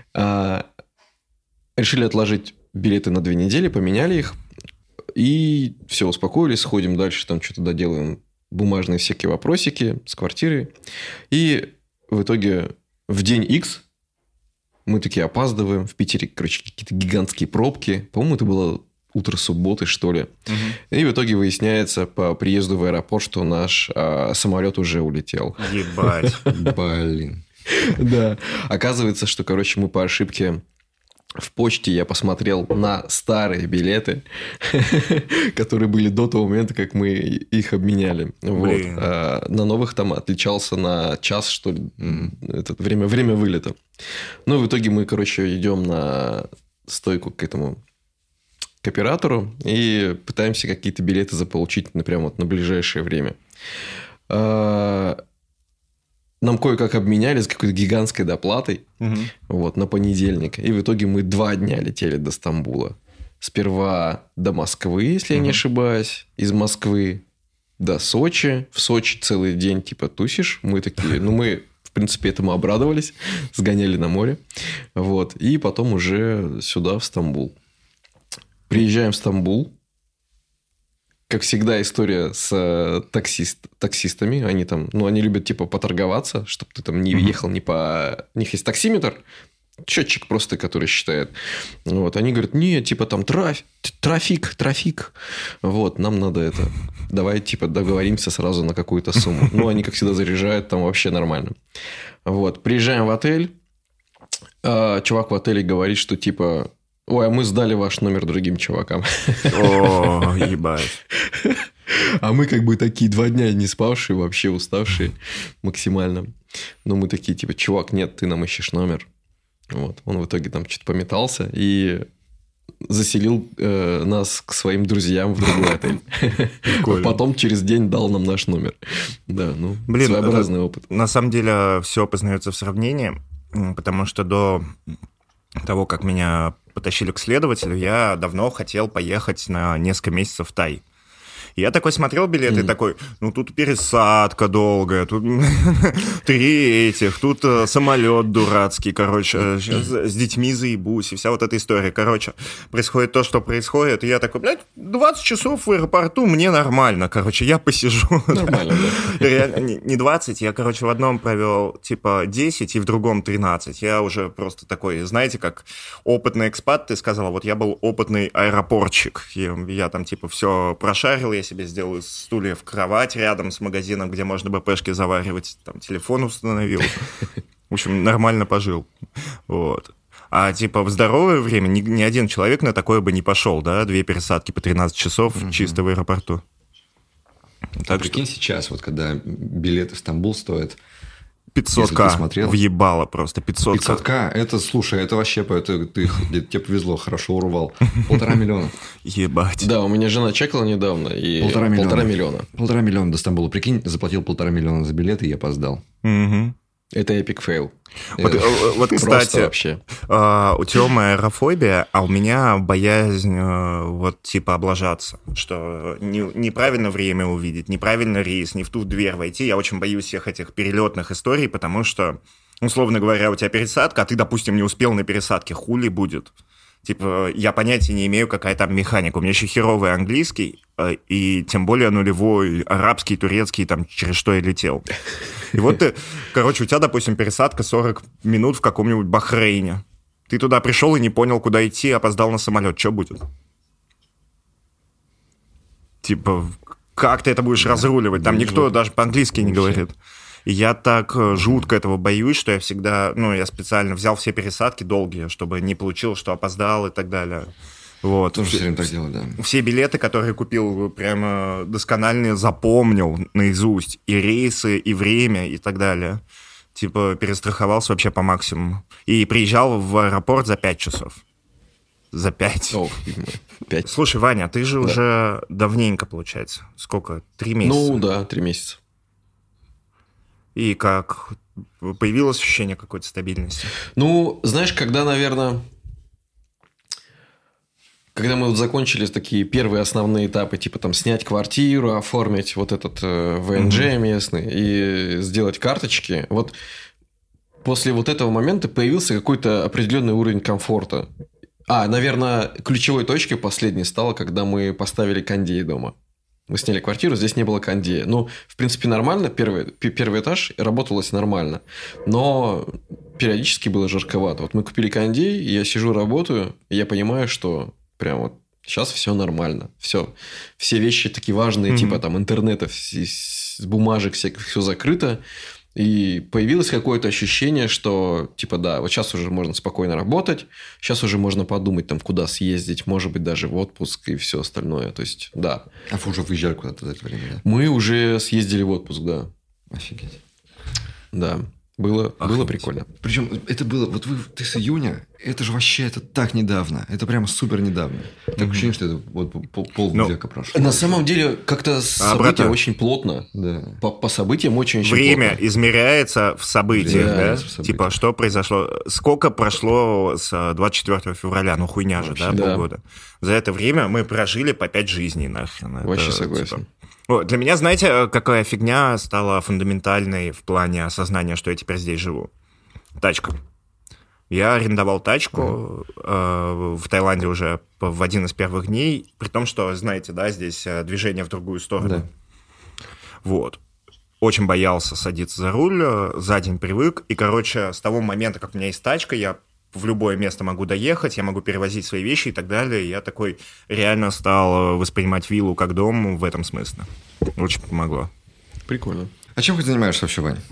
Решили отложить билеты на 2 недели, поменяли их. И все, успокоились, сходим дальше, там что-то доделаем, бумажные всякие вопросики с квартиры. И в итоге в день X мы такие опаздываем. В Питере, короче, какие-то гигантские пробки. По-моему, это было... утро субботы, что ли. И в итоге выясняется по приезду в аэропорт, что наш самолет уже улетел. Ебать. Блин. Да. Оказывается, что, короче, мы по ошибке в почте я посмотрел на старые билеты, которые были до того момента, как мы их обменяли. Вот. А на новых там отличался на час, что ли, время вылета. Ну, в итоге мы, короче, идем на стойку к оператору и пытаемся какие-то билеты заполучить прямо вот на ближайшее время. Нам кое-как обменяли с какой-то гигантской доплатой вот, на понедельник. И в итоге мы 2 дня летели до Стамбула. Сперва до Москвы, если я не ошибаюсь. Из Москвы до Сочи. В Сочи целый день типа тусишь. Мы такие... Ну, мы, в принципе, этому обрадовались. Сгоняли на море. Вот. И потом уже сюда, в Стамбул. Приезжаем в Стамбул. Как всегда, история с таксистами. Они там, ну, они любят, типа, поторговаться, чтобы ты там не ехал не по... У них есть таксиметр, счетчик просто, который считает. Вот. Они говорят, нет, типа, там трафик. Вот, нам надо это... Давай, типа, договоримся сразу на какую-то сумму. Ну, они, как всегда, заряжают, там вообще нормально. Вот. Приезжаем в отель. Чувак в отеле говорит, что, типа... Ой, а мы сдали ваш номер другим чувакам. О, ебать. А мы как бы такие 2 дня не спавшие, вообще уставшие максимально. Но мы такие, типа, чувак, нет, ты нам ищешь номер. Вот. Он в итоге там что-то пометался и заселил нас к своим друзьям в другой отель. Потом через день дал нам наш номер. Да, ну, своеобразный опыт. На самом деле все познается в сравнении, потому что до того, как меня потащили к следователю, я давно хотел поехать на несколько месяцев в Тай. Я такой смотрел билеты и такой, ну, тут пересадка долгая, тут 3 этих, тут самолет дурацкий, короче, сейчас с детьми заебусь, и вся вот эта история. Короче, происходит то, что происходит, и я такой, блядь, 20 часов в аэропорту, мне нормально, короче, я посижу. Нормально, да. Реально, не 20, я, короче, в одном провел, типа, 10, и в другом 13. Я уже просто такой, знаете, как опытный экспат, ты сказала, вот я был опытный аэропортчик, я там, типа, все прошарил, я себе сделал из стульев кровать рядом с магазином, где можно БПшки заваривать, там телефон установил. В общем, нормально пожил. Вот. А типа в здоровое время ни один человек на такое бы не пошел, да? 2 пересадки по 13 часов чисто в аэропорту. Так прикинь, сейчас, вот когда билеты в Стамбул стоят 500к въебало просто, 500к. 500к, это, слушай, это вообще, тебе повезло, хорошо урвал. 1,5 миллиона. Ебать. Да, у меня жена чекала недавно, и 1,5 миллиона. 1,5 миллиона до Стамбула. Прикинь, заплатил 1,5 миллиона за билеты, и я опоздал. Угу. Это эпик фейл. Вот, кстати, вообще. У Тёмы аэрофобия, а у меня боязнь вот типа облажаться, что неправильно время увидеть, неправильно рейс, не в ту дверь войти. Я очень боюсь всех этих перелетных историй, потому что, условно говоря, у тебя пересадка, а ты, допустим, не успел на пересадке, хули будет? Типа, я понятия не имею, какая там механика. У меня еще херовый английский, и тем более нулевой арабский, турецкий, там, через что я летел. И вот ты, короче, у тебя, допустим, пересадка 40 минут в каком-нибудь Бахрейне. Ты туда пришел и не понял, куда идти, опоздал на самолет. Что будет? Типа, как ты это будешь разруливать? Там никто даже по-английски не говорит. И я так жутко этого боюсь, что я всегда, я специально взял все пересадки долгие, чтобы не получилось, что опоздал и так далее. Вот. Тоже все время так делать, да. Все билеты, которые купил, прямо досконально запомнил наизусть. И рейсы, и время, и так далее. Типа перестраховался вообще по максимуму. И приезжал в аэропорт за 5 часов. За 5. 5. Слушай, Ваня, ты же уже давненько, получается. Сколько? 3 месяца? Ну да, 3 месяца. И как? Появилось ощущение какой-то стабильности? Ну, знаешь, когда, наверное... Когда мы вот закончили такие первые основные этапы, типа там снять квартиру, оформить вот этот ВНЖ местный и сделать карточки, вот после вот этого момента появился какой-то определенный уровень комфорта. Наверное, ключевой точкой последней стало, когда мы поставили кондей дома. Мы сняли квартиру, здесь не было кондея. Ну, в принципе, нормально. Первый этаж работалось нормально. Но периодически было жарковато. Вот мы купили кондей, и я сижу, работаю, и я понимаю, что прям вот сейчас все нормально. Все вещи такие важные, типа там интернета, с бумажек всяких, все закрыто. И появилось какое-то ощущение, что, типа, да, вот сейчас уже можно спокойно работать, сейчас уже можно подумать, там, куда съездить, может быть, даже в отпуск и все остальное. То есть, да. А вы уже выезжали куда-то за это время, да? Мы уже съездили в отпуск, да. Офигеть. Да. Было прикольно. Причем это было, вот ты с июня, это же вообще, это так недавно. Это прямо супер недавно. Так ощущение, что это вот полвека прошло. На самом деле, как-то события очень плотно. Да. По событиям очень Время плотно. измеряется в событиях, да? В событиях. Типа, что произошло? Сколько прошло с 24 февраля? Ну, хуйня же, да, Да. полгода. За это время мы прожили по 5 жизней, нахрен. Это, Вообще согласен. типа, для меня, знаете, какая фигня стала фундаментальной в плане осознания, что я теперь здесь живу? Тачка. Я арендовал тачку в Таиланде уже в один из первых дней, при том, что, знаете, да, здесь движение в другую сторону. Да. Вот. Очень боялся садиться за руль, за день привык, и, короче, с того момента, как у меня есть тачка, я в любое место могу доехать, я могу перевозить свои вещи и так далее. Я такой реально стал воспринимать виллу как дом в этом смысле. Очень помогло. Прикольно. А чем ты занимаешься вообще, Вань?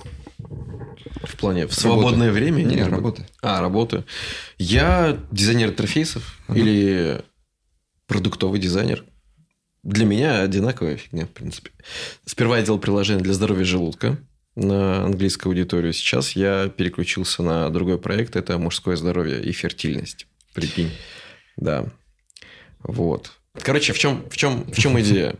В плане, в свободное время? Не, работы. Работаю. Я дизайнер интерфейсов или продуктовый дизайнер. Для меня одинаковая фигня, в принципе. Сперва я делал приложение для здоровья желудка на английскую аудиторию. Сейчас я переключился на другой проект. Это мужское здоровье и фертильность. Прикинь. Да. Вот. Короче, в чем идея?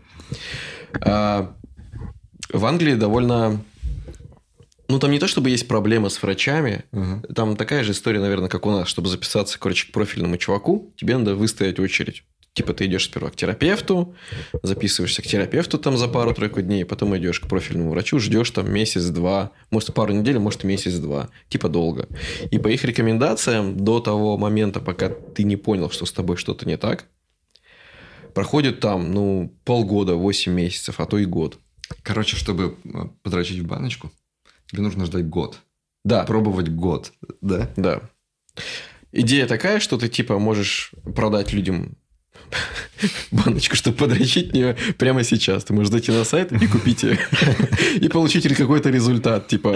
В Англии довольно... Ну, там не то, чтобы есть проблемы с врачами. Там такая же история, наверное, как у нас. Чтобы записаться, короче, к профильному чуваку, тебе надо выстоять очередь. Типа, ты идешь сперва к терапевту, записываешься к терапевту там за пару-тройку дней, потом идешь к профильному врачу, ждешь там месяц-два, может, пару недель, может, месяц-два. Типа, долго. И по их рекомендациям, до того момента, пока ты не понял, что с тобой что-то не так, проходит там, полгода, 8 месяцев, а то и год. Короче, чтобы подрочить в баночку, тебе нужно ждать год. Да. Пробовать год, да? Да. Идея такая, что ты, типа, можешь продать людям баночку, чтобы подрочить в нее прямо сейчас. Ты можешь зайти на сайт и купить ее. И получить какой-то результат. Типа,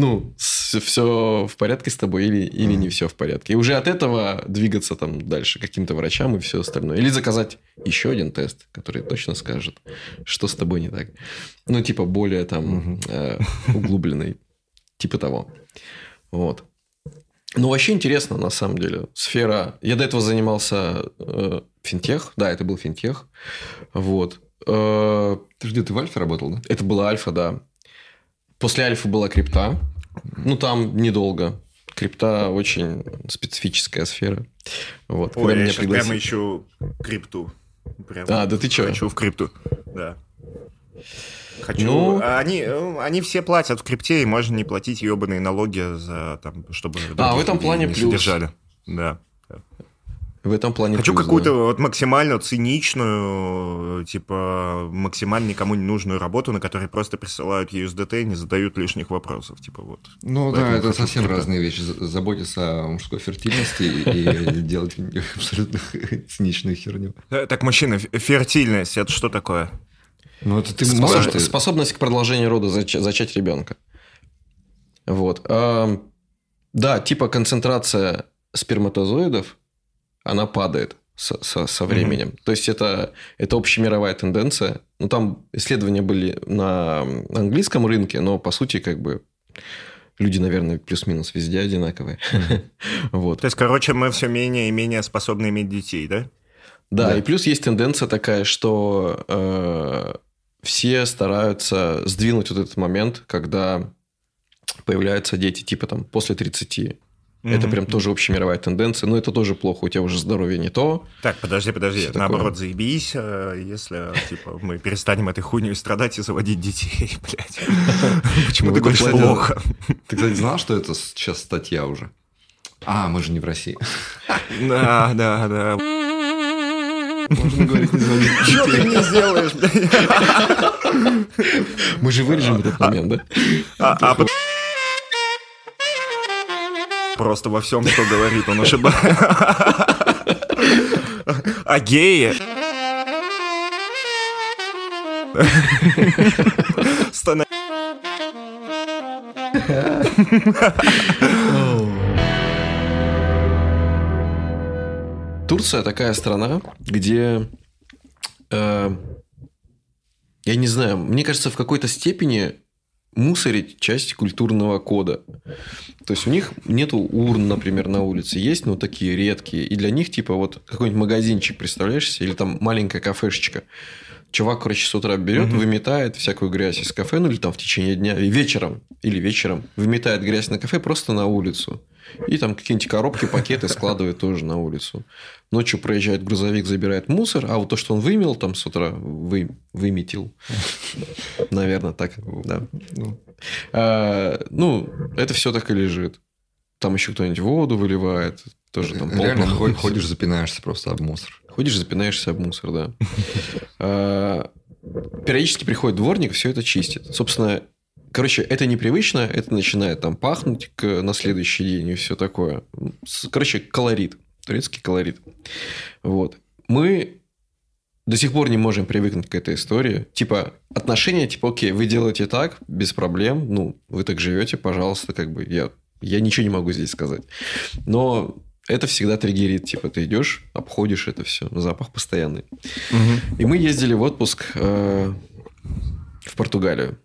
все в порядке с тобой или не все в порядке. И уже от этого двигаться там дальше к каким-то врачам и все остальное. Или заказать еще один тест, который точно скажет, что с тобой не так. Типа, более там углубленный. Типа того. Вот. Вообще интересно, на самом деле. Сфера... Я до этого занимался финтех. Да, это был финтех. Вот. Ты в Альфе работал, да? Это была Альфа, да. После Альфы была крипта. Там недолго. Крипта очень специфическая сфера. Вот. Ой, я сейчас прямо ищу крипту. Да ты что? Хочу в крипту, да. Хочу. Они все платят в крипте, и можно не платить ебаные налоги за там, чтобы в этом плане не плюс. содержали. Да. В этом плане хочу плюс, какую-то вот максимально циничную, типа максимально никому не нужную работу, на которой просто присылают USDT и не задают лишних вопросов, типа вот. Да, это совсем разные вещи. Заботиться о мужской фертильности и делать абсолютно циничную херню. Так, мужчина, фертильность это что такое? Это ты способность к продолжению рода, зачать ребенка. Вот. Да, типа концентрация сперматозоидов, она падает со временем. То есть, это общемировая тенденция. Там исследования были на английском рынке, но, по сути, как бы люди, наверное, плюс-минус везде одинаковые. Вот. То есть, короче, мы все менее и менее способны иметь детей, да? Да, и плюс есть тенденция такая, что все стараются сдвинуть вот этот момент, когда появляются дети, типа там после 30. Это прям тоже общемировая тенденция, но это тоже плохо, у тебя уже здоровье не то. Так, подожди, наоборот, заебись, если типа мы перестанем этой хуйней страдать и заводить детей, блядь. Почему ты говоришь плохо? Ты, кстати, знал, что это сейчас статья уже? Мы же не в России. Да. Можно говорить, не звонить. Что ты мне сделаешь, блядь? Мы же вырежем этот момент, да? Просто во всем, что говорит, он ошибается. А геи... Турция такая страна, где, я не знаю, мне кажется, в какой-то степени мусорить часть культурного кода. То есть у них нету урн, например, на улице. Есть, но такие редкие. И для них, типа, вот какой-нибудь магазинчик, представляешь себе, или там маленькая кафешечка. Чувак, короче, с утра берет, выметает всякую грязь из кафе, ну или там в течение дня, и вечером выметает грязь на кафе просто на улицу. И там какие-нибудь коробки, пакеты складывает тоже на улицу. Ночью проезжает грузовик, забирает мусор, а вот то, что он вымел там с утра, выметил. Наверное, так, да. Ну, это все так и лежит. Там еще кто-нибудь воду выливает. Тоже там реально ходишь, запинаешься просто об мусор. Ходишь, запинаешься об мусор, да. Периодически приходит дворник, все это чистит. Собственно, короче, это непривычно, это начинает там пахнуть на следующий день и все такое. Короче, колорит. Турецкий колорит. Вот. Мы до сих пор не можем привыкнуть к этой истории. Типа, отношения, типа, окей, вы делаете так, без проблем. Ну, вы так живете, пожалуйста, как бы я ничего не могу здесь сказать. Но это всегда триггерит. Типа, ты идешь, обходишь это все. Запах постоянный. И мы ездили в отпуск в Португалию.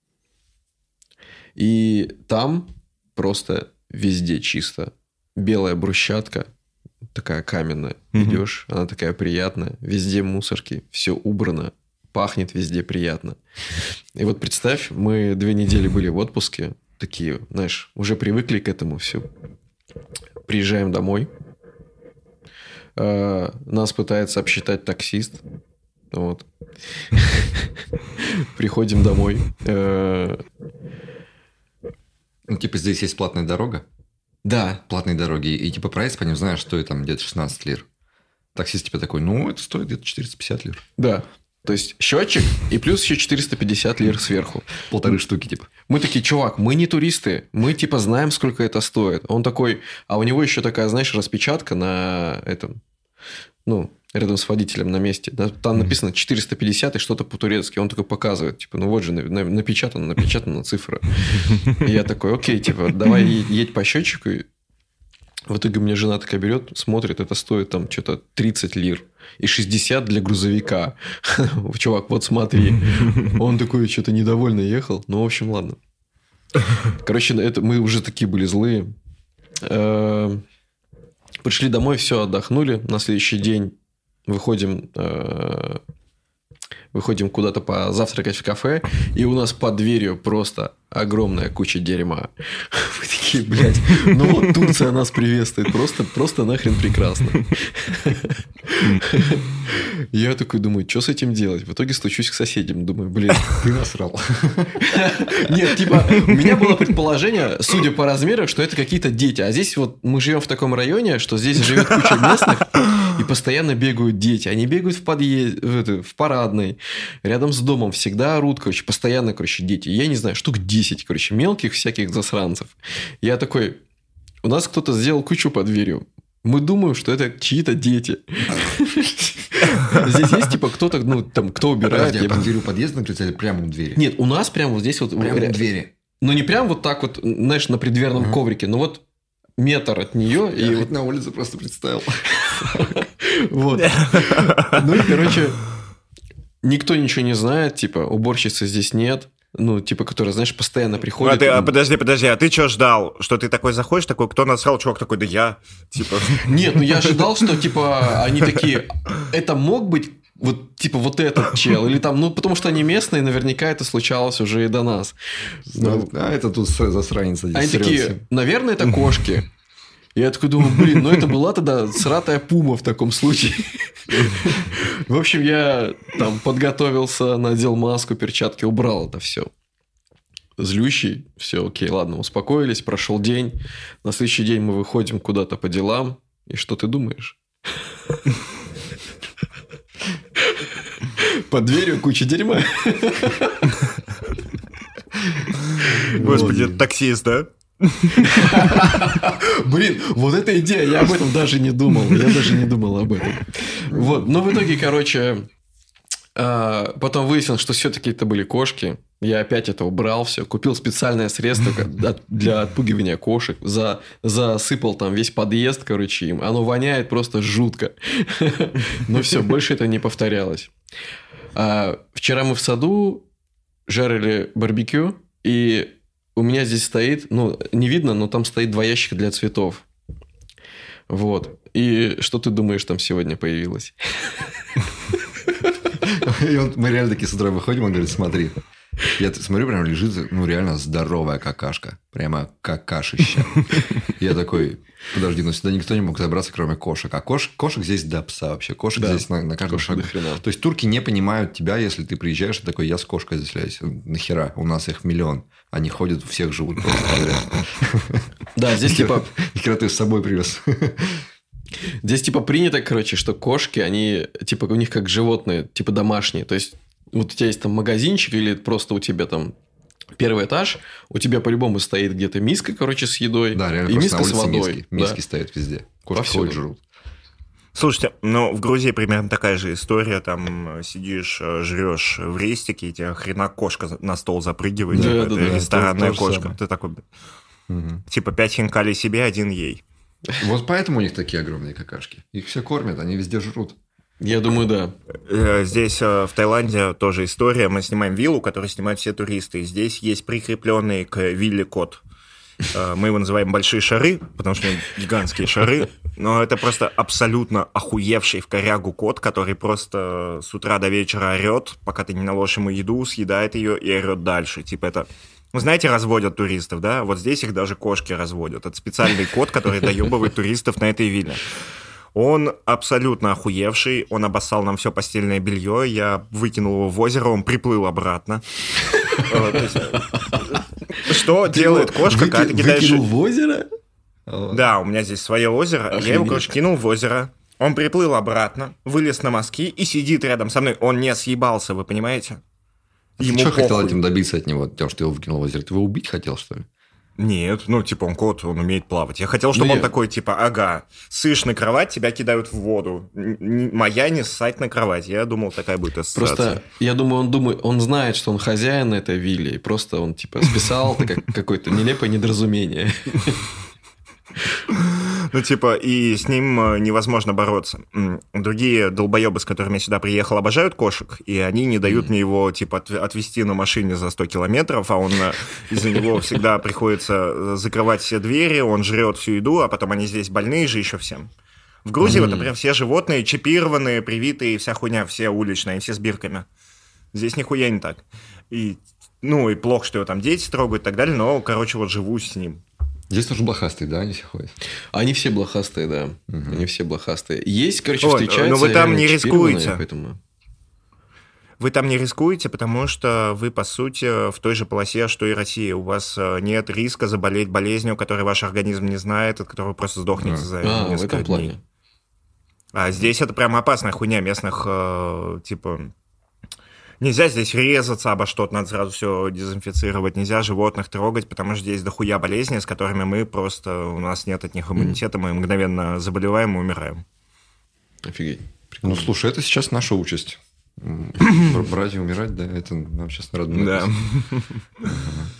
И там просто везде чисто. Белая брусчатка, такая каменная. Идешь, она такая приятная. Везде мусорки, все убрано. Пахнет везде приятно. И вот представь, мы 2 недели были в отпуске. Такие, знаешь, уже привыкли к этому все. Приезжаем домой. Нас пытается обсчитать таксист. Вот. Приходим домой. Ну, типа, здесь есть платная дорога? Да. Платные дороги. И, типа, проезд по ним, знаешь, стоит там где-то 16 лир. Таксист тебе такой, ну, это стоит где-то 450 лир. Да. То есть, счетчик и плюс еще 450 лир сверху. 1,5 штуки, типа. Мы такие, чувак, мы не туристы. Мы, типа, знаем, сколько это стоит. Он такой... А у него еще такая, знаешь, распечатка на этом... Ну, рядом с водителем на месте. Там написано 450 и что-то по-турецки. Он такой показывает. Типа, ну вот же напечатана цифра. И я такой, окей, типа, давай едь по счетчику. В итоге мне жена такая берет, смотрит, это стоит там что-то 30 лир. И 60 для грузовика. Чувак, вот смотри. Он такой что-то недовольный ехал. Ну, в общем, ладно. Короче, это мы уже такие были злые. Пришли домой, все, отдохнули. На следующий день выходим куда-то позавтракать в кафе, и у нас под дверью просто огромная куча дерьма. Мы такие, блядь, ну вот Турция нас приветствует, просто нахрен прекрасно. Я такой думаю, что с этим делать? В итоге стучусь к соседям, думаю, блин. Ты насрал. Нет, типа, у меня было предположение, судя по размеру, что это какие-то дети. А здесь вот мы живем в таком районе, что здесь живет куча местных, и постоянно бегают дети. Они бегают в подъезде, в парадной, рядом с домом, всегда орут, короче, постоянно, короче, дети. Я не знаю, штук 10, короче, мелких всяких засранцев. Я такой, у нас кто-то сделал кучу под дверью. Мы думаем, что это чьи-то дети. Здесь есть, типа, кто-то, ну, там, кто убирает. Подожди, под дверью подъезда или прямо у двери? Нет, у нас прямо вот здесь вот... Прямо у двери. Ну, не прям вот так вот, знаешь, на преддверном коврике, но вот метр от нее. Я и хоть на улице просто представил. Вот. Ну, и, короче, никто ничего не знает, типа, уборщицы здесь нет. Ну, типа, которая, знаешь, постоянно приходит. Подожди, а ты что ждал? Что ты такой заходишь, такой, кто насрал? Чувак такой, да я, типа... Нет, ну я ожидал, что, типа, они такие, это мог быть вот, типа, вот этот чел, или там, ну, потому что они местные, наверняка это случалось уже и до нас. А это тут засранец. Они такие, наверное, это кошки. Я такой думаю, блин, ну это была тогда сратая пума в таком случае. В общем, я там подготовился, надел маску, перчатки, убрал это все. Злющий, все, окей, ладно, успокоились, прошел день. На следующий день мы выходим куда-то по делам. И что ты думаешь? Под дверью куча дерьма. Господи, это таксист, да? Блин, вот эта идея, я об этом даже не думал. Я даже не думал об этом. Вот, но в итоге, короче, потом выяснилось, что все-таки это были кошки. Я опять это убрал все. Купил специальное средство для отпугивания кошек. Засыпал там весь подъезд, короче, им. Оно воняет просто жутко. Но все, больше это не повторялось. Вчера мы в саду жарили барбекю. И у меня здесь стоит... Ну, не видно, но там стоит 2 ящика для цветов. Вот. И что ты думаешь, там сегодня появилось? И мы реально такие с утра выходим, он говорит, смотри. Я смотрю, прям лежит, ну, реально здоровая какашка. Прямо какашища. Я такой, подожди, ну, сюда никто не мог забраться, кроме кошек. А кошек здесь до пса вообще. Кошек здесь на каждом шагу. То есть, турки не понимают тебя, если ты приезжаешь и такой, я с кошкой заселяюсь. Нахера? У нас их миллион. Они ходят, у всех живут просто подряд. Да, здесь типа... Нихера ты с собой привез. Здесь типа принято, короче, что кошки, они типа у них как животные, типа домашние. То есть, вот у тебя есть там магазинчик или просто у тебя там первый этаж, у тебя по-любому стоит где-то миска, короче, с едой. Да, реально, и миска на с улице водой. Миски стоят везде. Кошки ходят, жрут. Слушайте, ну, в Грузии примерно такая же история. Там сидишь, жрешь в рестике, и тебе хрена кошка на стол запрыгивает. Да, типа, да, это ресторанная то же кошка. самое. Ты такой, типа, 5 хинкали себе, 1 ей. Вот поэтому у них такие огромные какашки. Их все кормят, они везде жрут. Я думаю, да. Здесь, в Таиланде, тоже история. Мы снимаем виллу, которую снимают все туристы. И здесь есть прикрепленный к вилле кот. Мы его называем большие шары, потому что гигантские шары. Но это просто абсолютно охуевший в корягу кот, который просто с утра до вечера орет, пока ты не наложишь ему еду, съедает ее и орет дальше. Типа это... Вы знаете, разводят туристов, да? Вот здесь их даже кошки разводят. Это специальный кот, который доебывает туристов на этой вилле. Он абсолютно охуевший, он обоссал нам все постельное белье, я выкинул его в озеро, он приплыл обратно. Что делает кошка, когда ты кидаешь... Выкинул в озеро? Да, у меня здесь свое озеро, я его, короче, кинул в озеро, он приплыл обратно, вылез на мостки и сидит рядом со мной. Он не съебался, вы понимаете? Ты что хотел этим добиться от него, тем, что ты его выкинул в озеро? Ты его убить хотел, что ли? Нет, ну, типа, он кот, он умеет плавать. Я хотел, чтобы он такой, типа, ага, сышь на кровать, тебя кидают в воду. Моя не ссать на кровать. Я думал, такая будет ассоциация. Просто, я думаю, он знает, что он хозяин этой вилле, и просто он, типа, списал это как какое-то нелепое недоразумение. Ну, типа, и с ним невозможно бороться. Другие долбоебы, с которыми я сюда приехал, обожают кошек, и они не дают мне его, типа, отвезти на машине за 100 километров, а он из-за него всегда приходится закрывать все двери, он жрет всю еду, а потом они здесь больные же еще всем. В Грузии вот, например, все животные чипированные, привитые, вся хуйня, все уличные, все с бирками. Здесь нихуя не так. И, ну, и плохо, что его там дети трогают и так далее, но, короче, вот живу с ним. Здесь тоже блохастые, да, они все ходят? Они все блохастые, да. Они все блохастые. Есть, короче, встречаются... Но вы там не рискуете. Поэтому... Вы там не рискуете, потому что вы, по сути, в той же полосе, что и Россия. У вас нет риска заболеть болезнью, которую ваш организм не знает, от которой вы просто сдохнете за несколько дней. Плане. А здесь это прям опасная хуйня местных, типа... Нельзя здесь резаться обо что-то, надо сразу все дезинфицировать, нельзя животных трогать, потому что здесь дохуя болезней, с которыми мы просто, у нас нет от них иммунитета, мы мгновенно заболеваем и умираем. Офигеть. Прикольно. Ну, слушай, это сейчас наша участь. Брать и умирать, да, это нам сейчас народно. Да.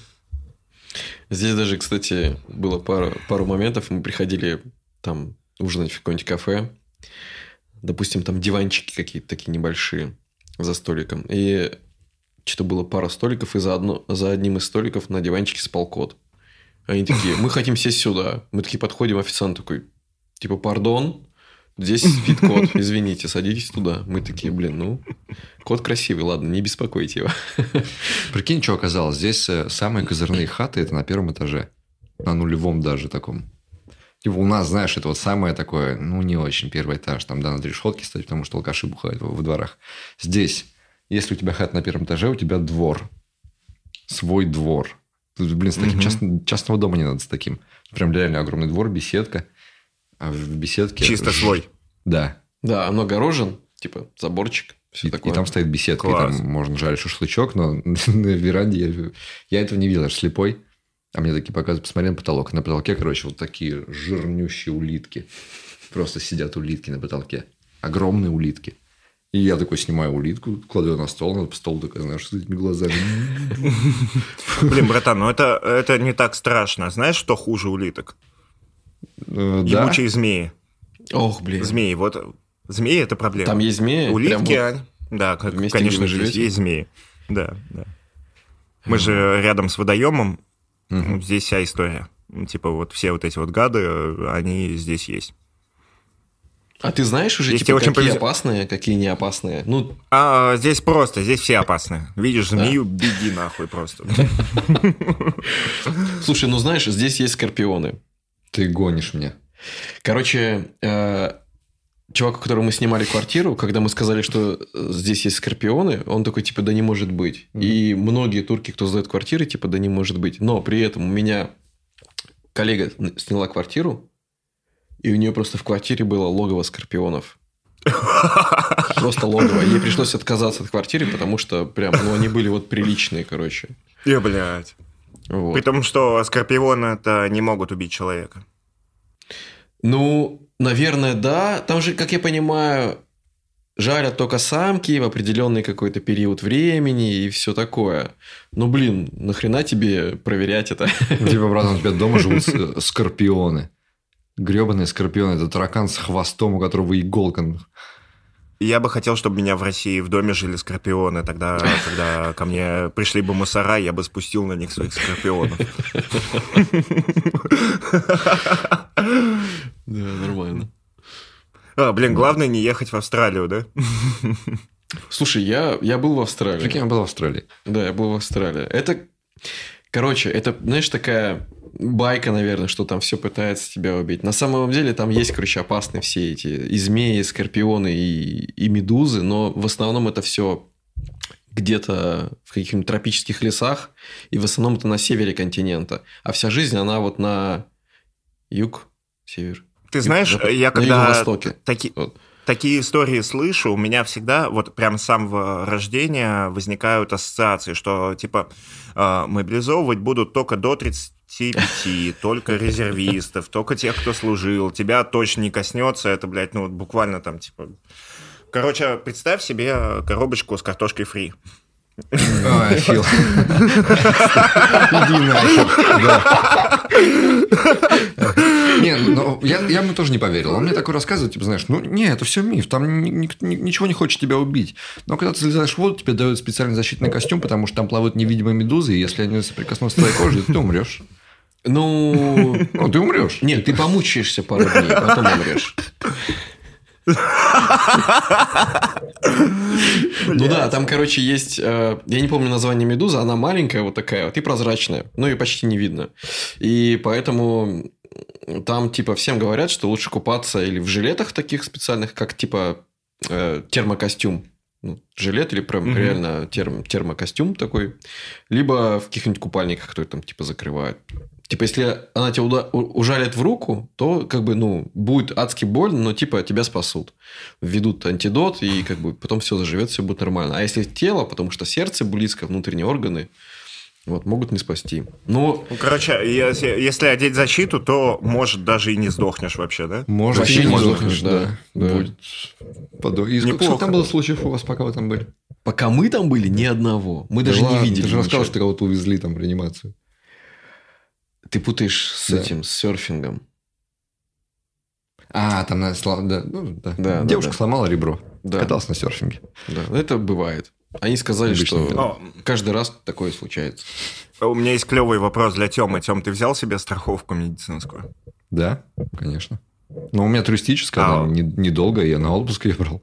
Здесь даже, кстати, было пару моментов, мы приходили там ужинать в какое-нибудь кафе, допустим, там диванчики какие-то такие небольшие, за столиком. И что-то было пара столиков, и за одним из столиков на диванчике спал кот. Они такие, мы хотим сесть сюда. Мы такие подходим, официант такой, типа, пардон, здесь спит кот, извините, садитесь туда. Мы такие, блин, ну, кот красивый, ладно, не беспокойте его. Прикинь, что оказалось. Здесь самые козырные хаты, это на 1-м этаже. На 0-м даже таком. Типа у нас, знаешь, это вот самое такое, ну, не очень первый этаж. Там, да, надо решетки ставить, потому что алкаши бухают во дворах. Здесь, если у тебя хата на 1-м этаже, у тебя двор. Свой двор. Тут, блин, с таким частного дома не надо с таким. Прям реально огромный двор, беседка. А в беседке... Чисто свой. Да. Да, он огорожен, типа заборчик. Все такое. И там стоит беседка, класс. И там можно жарить шашлычок, но на веранде я этого не видел, аж слепой. А мне такие показывают, посмотри на потолок. На потолке, короче, вот такие жирнющие улитки. Просто сидят улитки на потолке. Огромные улитки. И я такой снимаю улитку, кладу ее на стол такой, знаешь, с этими глазами. Блин, братан, ну это не так страшно. Знаешь, что хуже улиток? Ебучие змеи. Ох, блин. Змеи, вот змеи – это проблема. Там есть змеи? Улитки, да, конечно, здесь есть змеи. Да. Мы же рядом с водоемом, здесь вся история. Типа вот все вот эти вот гады, они здесь есть. А ты знаешь уже, типа, какие опасные, какие не опасные? Ну... Здесь просто, здесь все опасные. Видишь змею, беги нахуй просто. Слушай, ну знаешь, здесь есть скорпионы. Ты гонишь мне. Короче, чувак, у которого мы снимали квартиру, когда мы сказали, что здесь есть скорпионы, он такой, типа, да не может быть. И многие турки, кто сдает квартиры, типа, да не может быть. Но при этом у меня коллега сняла квартиру, и у нее просто в квартире было логово скорпионов. Просто логово. Ей пришлось отказаться от квартиры, потому что прям, они были вот приличные, короче. Блядь. Вот. При том, что скорпионы-то не могут убить человека. Ну, наверное, да. Там же, как я понимаю, жарят только самки в определенный какой-то период времени и все такое. Ну, блин, нахрена тебе проверять это? Типа, братан, у тебя дома живут скорпионы. Гребаные скорпионы. Это таракан с хвостом, у которого иголка. Я бы хотел, чтобы у меня в России в доме жили скорпионы. Тогда, когда ко мне пришли бы мусора, я бы спустил на них своих скорпионов. Да, нормально. Блин, главное не ехать в Австралию, да? Слушай, я был в Австралии. Прикинь, я был в Австралии. Да, я был в Австралии. Это, знаешь, такая байка, наверное, что там все пытается тебя убить. На самом деле там есть, короче, опасные все эти и змеи, и скорпионы, и медузы, но в основном это все где-то в каких-нибудь тропических лесах, и в основном это на севере континента. А вся жизнь, она вот на север. Ты знаешь, я когда такие истории слышу, у меня всегда вот прям с самого рождения возникают ассоциации, что типа мобилизовывать будут только до 35, только резервистов, только тех, кто служил. Тебя точно не коснется, это, блядь, ну буквально там типа... Короче, представь себе коробочку с картошкой фри. Ой, Фил. Иди нахер. Не, ну, я ему тоже не поверил. Он мне такой рассказывает, типа, знаешь, это все миф, там ничего не хочет тебя убить. Но когда ты залезаешь в воду, тебе дают специальный защитный костюм, потому что там плавают невидимые медузы, и если они соприкоснутся с твоей кожей, ты умрешь. Ну, ты умрешь. Нет, ты помучаешься пару дней, потом умрешь. Ну да, там, короче, есть... Я не помню название медузы, она маленькая вот такая вот и прозрачная, ну и почти не видно. И поэтому там типа всем говорят, что лучше купаться или в жилетах таких специальных, как типа термокостюм. Жилет или прям реально термокостюм такой. Либо в каких-нибудь купальниках, которые там типа закрывают. Типа, если она тебя ужалит в руку, то, как бы, будет адски больно, но, типа, тебя спасут. Введут антидот, и, как бы, потом все заживет, все будет нормально. А если тело, потому что сердце близко, внутренние органы, могут не спасти. Короче, если одеть защиту, то, может, даже и не сдохнешь вообще, да? Может, вообще не сдохнешь, да. Будет. И сколько там было случаев у вас, пока вы там были? Пока мы там были, ни одного. Мы даже не видели. Ты же рассказал, что кого-то увезли там в реанимацию. Ты путаешь с этим, с серфингом. Там девушка сломала ребро. Да. Каталась на серфинге. Да, это бывает. Они сказали, что каждый раз такое случается. У меня есть клевый вопрос для Тёмы. Тём, ты взял себе страховку медицинскую? Да, конечно. Но у меня туристическая, она недолго, я на отпуск ее брал.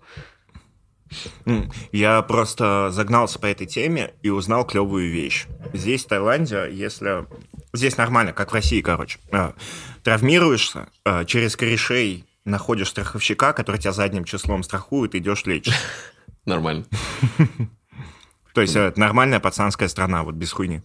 Я просто загнался по этой теме и узнал клевую вещь. Здесь, в Таиланде, если... Здесь нормально, как в России, короче. Травмируешься, через корешей находишь страховщика, который тебя задним числом страхует, идешь лечишься. Нормально. То есть, это нормальная пацанская страна, вот без хуйни.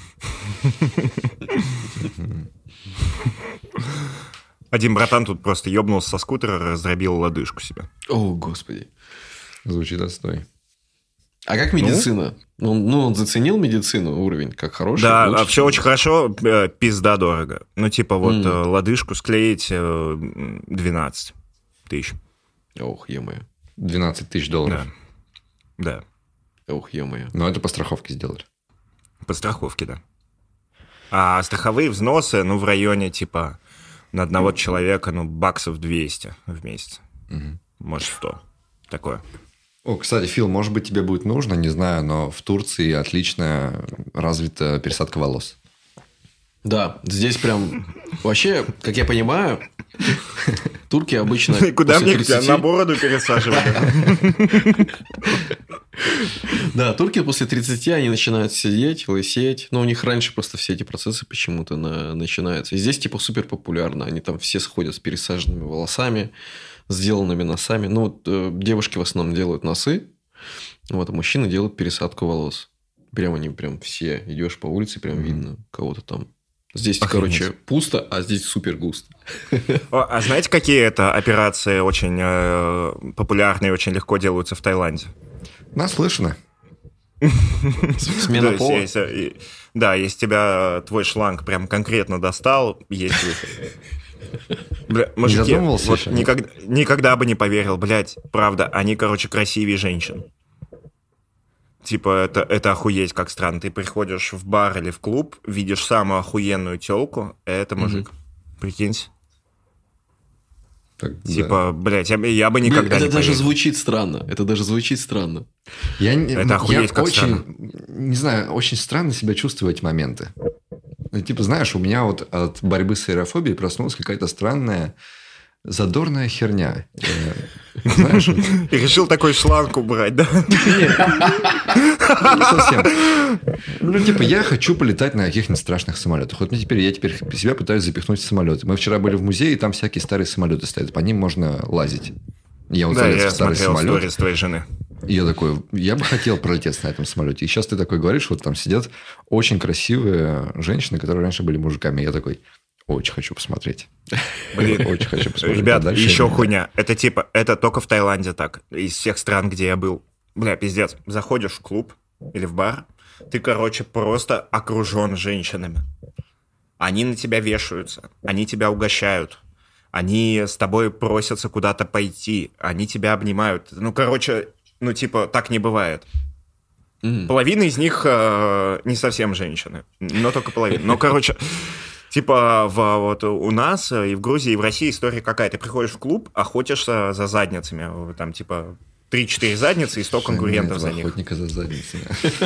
Один братан тут просто ёбнулся со скутера, раздробил лодыжку себе. О, господи. Звучит отстой. А как медицина? Он заценил медицину, уровень, как хороший? Да, все очень хорошо, пизда дорого. лодыжку склеить 12 тысяч. Ох, е-мое. 12 тысяч долларов. Да. Ох, ё-моё. Но это по страховке сделали. По страховке, да. А страховые взносы, в районе, типа, на одного человека, баксов 200 в месяц. Может, 100. Такое. О, кстати, Фил, может быть, тебе будет нужно, не знаю, но в Турции отлично развита пересадка волос. Да, здесь прям... Вообще, как я понимаю, турки обычно... И куда после мне 30... на бороду пересаживать? Да, турки после 30 они начинают сидеть, лысеть. Но у них раньше просто все эти процессы почему-то начинаются. И здесь типа супер популярно. Они там все сходят с пересаженными волосами, сделанными носами. Девушки в основном делают носы, а мужчины делают пересадку волос. Прям они все. Идешь по улице, прям видно кого-то там. Здесь, короче, пусто, а здесь супер густо. А знаете, какие это операции очень популярные и очень легко делаются в Таиланде? Наслышано. Смена пола? Да, если тебя твой шланг прям конкретно достал, есть выход. Бля, мужики, не задумывался еще? никогда бы не поверил, блядь, правда, они, красивее женщин. Типа, это охуеть как странно. Ты приходишь в бар или в клуб, видишь самую охуенную тёлку, это мужик. Прикиньте. Так, типа, блядь, я бы никогда не это даже поверил. звучит странно. Это даже звучит странно. Это охуеть как очень, странно. не знаю, очень странно себя чувствую в эти моменты. Типа, знаешь, у меня вот от борьбы с аэрофобией проснулась какая-то странная задорная херня. Знаешь, И решил такой шланг убрать, да? не совсем. Типа, я хочу полетать на каких-нибудь страшных самолетах. Вот я теперь себя пытаюсь запихнуть в самолет. Мы вчера были в музее, и там всякие старые самолеты стоят. По ним можно лазить. Я вот залез в старый самолет. Сторис твоей жены. И я такой, я бы хотел пролететь на этом самолете. И сейчас ты такой говоришь, вот там сидят очень красивые женщины, которые раньше были мужиками. Я такой, очень хочу посмотреть. Блин, очень хочу посмотреть. Ребят, А дальше еще хуйня. Это только в Таиланде так. Из всех стран, где я был. Бля, пиздец. Заходишь в клуб или в бар, ты, просто окружен женщинами. Они на тебя вешаются, они тебя угощают, они с тобой просятся куда-то пойти, они тебя обнимают. Так не бывает. Половина из них не совсем женщины, но только половина. Типа, у нас и в Грузии, и в России история какая. Ты приходишь в клуб, охотишься за задницами. Там, типа, 3-4 задницы и 100 конкурентов за них. Охотника за задницами.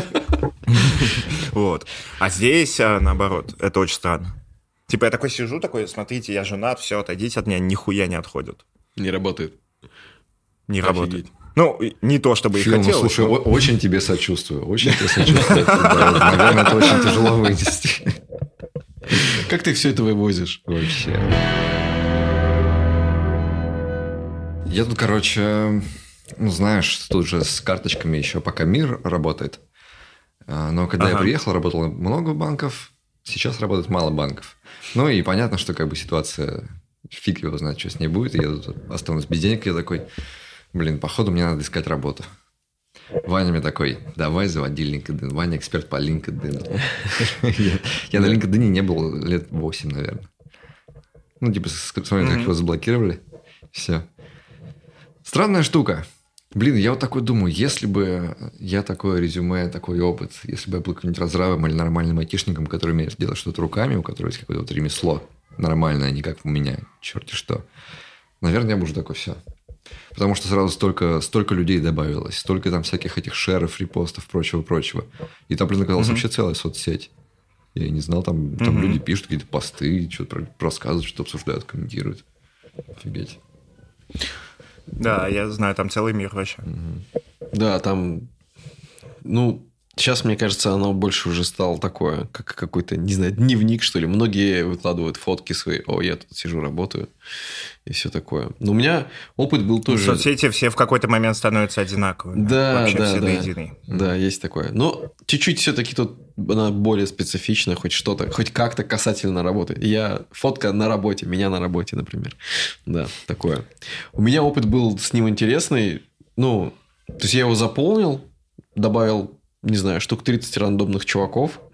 Вот. А здесь, наоборот, это очень странно. Типа, я такой сижу, смотрите, я женат, все, отойдите от меня, нихуя не отходят. Не работает. Не работает. Не то, чтобы и Фил, хотелось. Слушай, очень тебе сочувствую. Очень тебе сочувствую. Наверное, это очень тяжело вынести. Как ты все это вывозишь? Вообще. Я тут, знаешь, тут же с карточками еще пока мир работает. Но когда я приехал, работало много банков. Сейчас работает мало банков. И понятно, что ситуация фиг его знает, что с ней будет. И я тут останусь без денег. Я такой, походу мне надо искать работу. Ваня мне такой, давай заводи LinkedIn. Ваня эксперт по LinkedIn. Я на LinkedIn не был лет 8, наверное. Смотри, как его заблокировали. Все. Странная штука. Я вот такой думаю, если бы я такое резюме, такой опыт, если бы я был каким-нибудь разравом или нормальным айтишником, который умеет делать что-то руками, у которого есть какое-то ремесло нормальное, не как у меня, черти что. Наверное, я бы уже такой, все. Потому что сразу столько людей добавилось, столько там всяких этих шеров, репостов, прочего. И там, оказалась вообще целая соцсеть. Я и не знал, там люди пишут какие-то посты, что-то рассказывают, что обсуждают, комментируют. Офигеть. Да, я знаю, там целый мир вообще. Да, там... Сейчас, мне кажется, оно больше уже стало такое, как какой-то, не знаю, дневник, что ли. Многие выкладывают фотки свои. Я тут сижу, работаю. И все такое. Но у меня опыт был тоже... Соцсети все в какой-то момент становятся одинаковыми. Да, вообще да, все да. до единой. Да, есть такое. Но чуть-чуть все-таки тут она более специфичная, хоть что-то, хоть как-то касательно работы. Фотка на работе, меня на работе, например. Да, такое. У меня опыт был с ним интересный. То есть, я его заполнил, добавил, не знаю, штук 30 рандомных чуваков.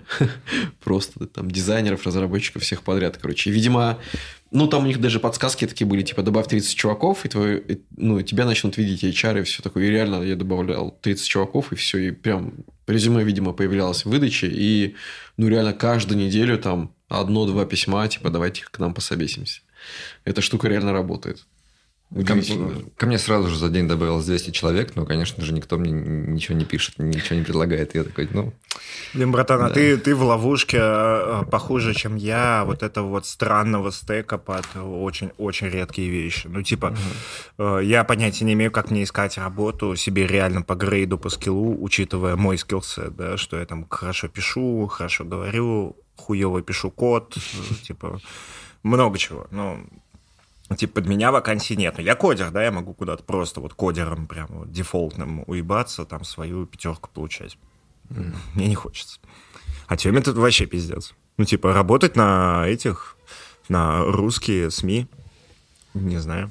Просто там дизайнеров, разработчиков, всех подряд, короче. И, видимо, ну, там у них даже подсказки такие были, типа, добавь 30 чуваков, и тебя начнут видеть HR и все такое. И реально я добавлял 30 чуваков, и все, и прям резюме, видимо, появлялось в выдаче, и, ну, реально каждую неделю там 1-2 письма, типа, давайте к нам пособесимся. Эта штука реально работает. Ко мне сразу же за день добавилось 200 человек, но, конечно же, никто мне ничего не пишет, ничего не предлагает. Я такой, ну... Блин, братан, да. а ты в ловушке похуже, чем я, вот этого вот странного стека под очень-очень редкие вещи. Ну, типа, я понятия не имею, как мне искать работу себе реально по грейду, по скиллу, учитывая мой скиллсет, да, что я там хорошо пишу, хорошо говорю, хуёво пишу код, типа, много чего, но... Типа, под меня вакансий нет. Но я кодер, да, я могу куда-то просто вот кодером прям вот дефолтным уебаться, там свою 5 получать. Мне не хочется. А теме тут вообще пиздец. Ну, типа, работать на русские СМИ, не знаю.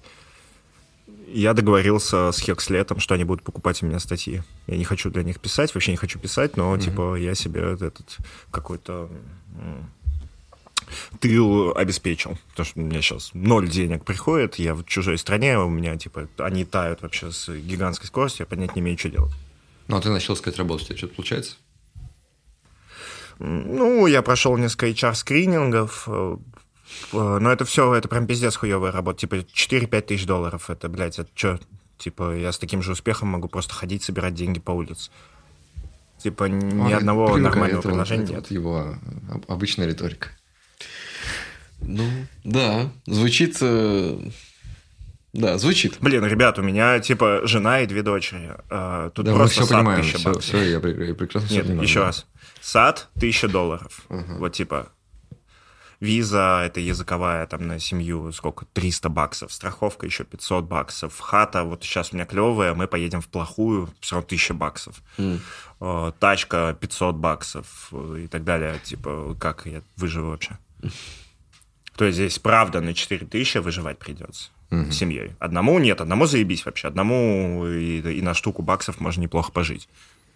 Я договорился с Хекслетом, что они будут покупать у меня статьи. Я не хочу для них писать, вообще не хочу писать, но, типа, я себе этот какой-то... тыл обеспечил. Потому что у меня сейчас 0 денег приходит, я в чужой стране, у меня, типа, они тают вообще с гигантской скоростью, я понять не имею, что делать. Ну, а ты начал искать работу, у тебя что-то получается? Ну, я прошел несколько HR-скринингов, но это все, это прям пиздец хуевая работа. Типа, 4-5 тысяч долларов, это, блядь, это что? Типа, я с таким же успехом могу просто ходить, собирать деньги по улице. Типа, ни одного нормального предложения нет. Это его обычная риторика. Ну, да, звучит... Да, звучит. Блин, ребят, у меня, типа, жена и 2 дочери. Тут да, мы просто все сад понимаем, 1000 баксов. все, я прекрасно все Нет, понимаю. еще да. раз. Сад $1000. Вот, типа, виза, это языковая, там, на семью, сколько, $300. Страховка еще $500. Хата, вот сейчас у меня клевая, мы поедем в плохую, все равно $1000. Тачка $500 и так далее. Типа, как я выживу вообще? То есть здесь, правда, на 4000 выживать придется. С семьей. Одному нет, одному заебись вообще. Одному и на штуку баксов можно неплохо пожить.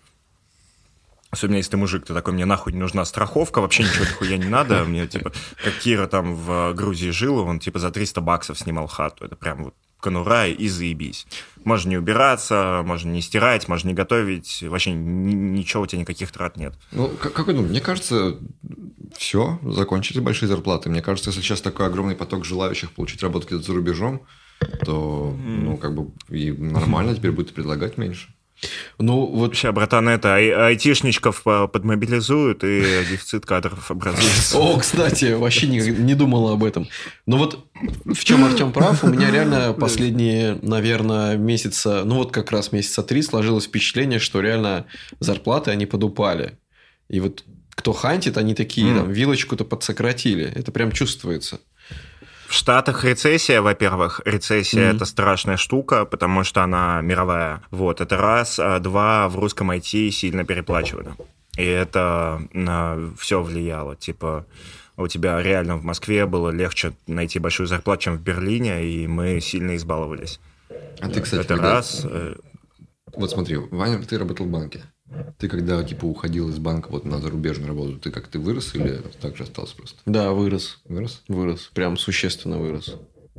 Особенно если ты мужик, ты такой, мне нахуй не нужна страховка, вообще ничего нихуя не надо. Мне, типа, как Кира там в Грузии жил, он, типа, за $300 снимал хату. Это прям вот конура и заебись. Можно не убираться, можно не стирать, можно не готовить. Вообще ничего, у тебя никаких трат нет. Ну, как вы думаете, мне кажется, все, закончились большие зарплаты. Мне кажется, если сейчас такой огромный поток желающих получить работу где-то за рубежом, то, ну, как бы и нормально теперь будет предлагать меньше. Ну, вот... Сейчас, братан, это айтишничков подмобилизуют, и дефицит кадров образуется. О, кстати, вообще не думал об этом. Но вот в чем Артем прав, у меня реально последние, наверное, месяца, ну вот как раз месяца 3 сложилось впечатление, что реально зарплаты, они подупали. И вот кто хантит, они такие, там, вилочку-то подсократили. Это прям чувствуется. В Штатах рецессия, во-первых. Рецессия – это страшная штука, потому что она мировая. Вот, это раз. А два, в русском IT сильно переплачивали. И это на все влияло. Типа, у тебя реально в Москве было легче найти большую зарплату, чем в Берлине, и мы сильно избаловались. А ты, кстати, это раз. Вот смотри, Ваня, ты работал в банке. Ты когда, типа, уходил из банка вот на зарубежную работу, ты вырос или так же остался просто? Да, вырос. Вырос? Вырос. Прям существенно вырос.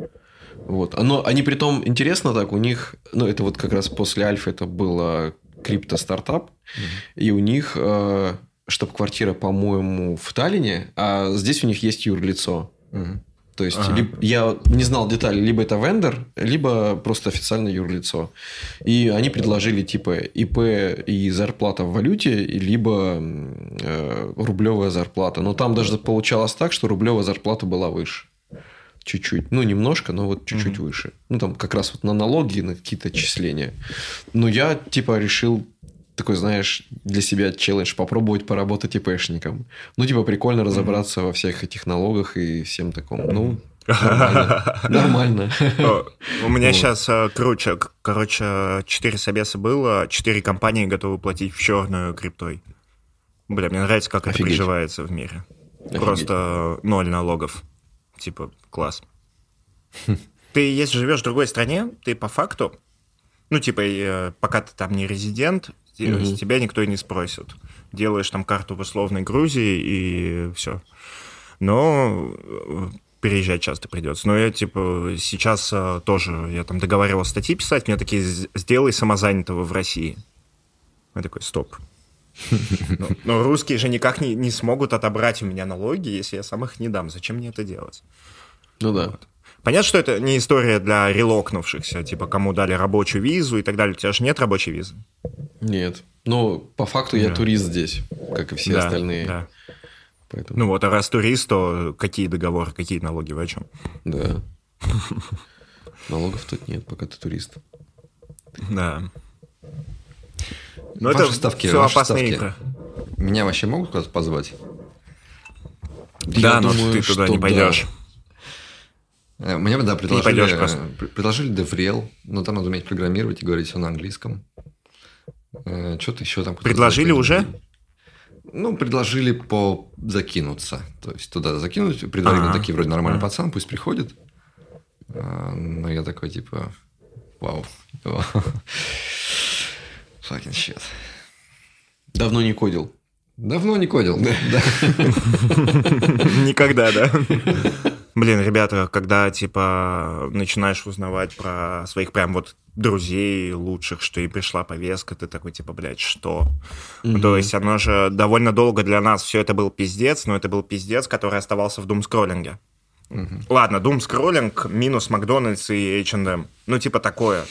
Вот. Они притом, интересно так, у них... Ну, это вот как раз после Альфа это было крипто-стартап. И у них штаб-квартира, по-моему, в Таллине, а здесь у них есть юрлицо. То есть, я не знал деталей, либо это вендор, либо просто официальное юрлицо. И они предложили типа ИП и зарплата в валюте, либо рублевая зарплата. Но там даже получалось так, что рублевая зарплата была выше. Чуть-чуть. Ну, немножко, но вот чуть-чуть выше. Ну, там как раз вот на налоги, на какие-то отчисления. Но я типа решил... Такой, знаешь, для себя челлендж попробовать поработать ИПшником. Ну, типа, прикольно разобраться во всех этих налогах и всем таком. Ну, нормально. У меня сейчас круче. Короче, 4 собеса было, 4 компании готовы платить в черную криптой. Бля, мне нравится, как это приживается в мире. Просто 0 налогов. Типа, класс. Ты, если живешь в другой стране, ты по факту, ну, типа, пока ты там не резидент, Тебя никто и не спросит. Делаешь там карту в условной Грузии, и все. Но переезжать часто придется. Но я, типа, сейчас тоже, я там договаривал статьи писать, мне такие, сделай самозанятого в России. Я такой, стоп. Но русские же никак не смогут отобрать у меня налоги, если я сам их не дам. Зачем мне это делать? Ну да. Вот. Понятно, что это не история для релокнувшихся, типа, кому дали рабочую визу и так далее. У тебя же нет рабочей визы? Нет. Но по факту я турист здесь, как и все остальные. Да. Поэтому... Ну вот, а раз турист, то какие договоры, какие налоги, вы о чем? Да. Налогов тут нет, пока ты турист. Да. Но ваши это ставки, все ваши опасные ставки. игры. Меня вообще могут куда-то позвать? Да, но думаю, ты туда что не пойдешь. Мне, да, пойдешь просто. предложили DevRel, но там надо уметь программировать и говорить все на английском. Что-то еще там... Предложили уже? Ну, предложили закинуться. То есть туда закинуть. Предварительно такие вроде нормальный пацан, пусть приходит. Но я такой, типа, вау. Fucking shit. Давно не кодил. Давно не кодил. Никогда, да? Блин, ребята, когда, типа, начинаешь узнавать про своих прям вот друзей лучших, что и пришла повестка, ты такой, типа, блядь, что? Ну, то есть оно же довольно долго для нас все это был пиздец, но это был пиздец, который оставался в думскроллинге. Ладно, думскроллинг минус Макдональдс и H&M. Ну, типа, такое.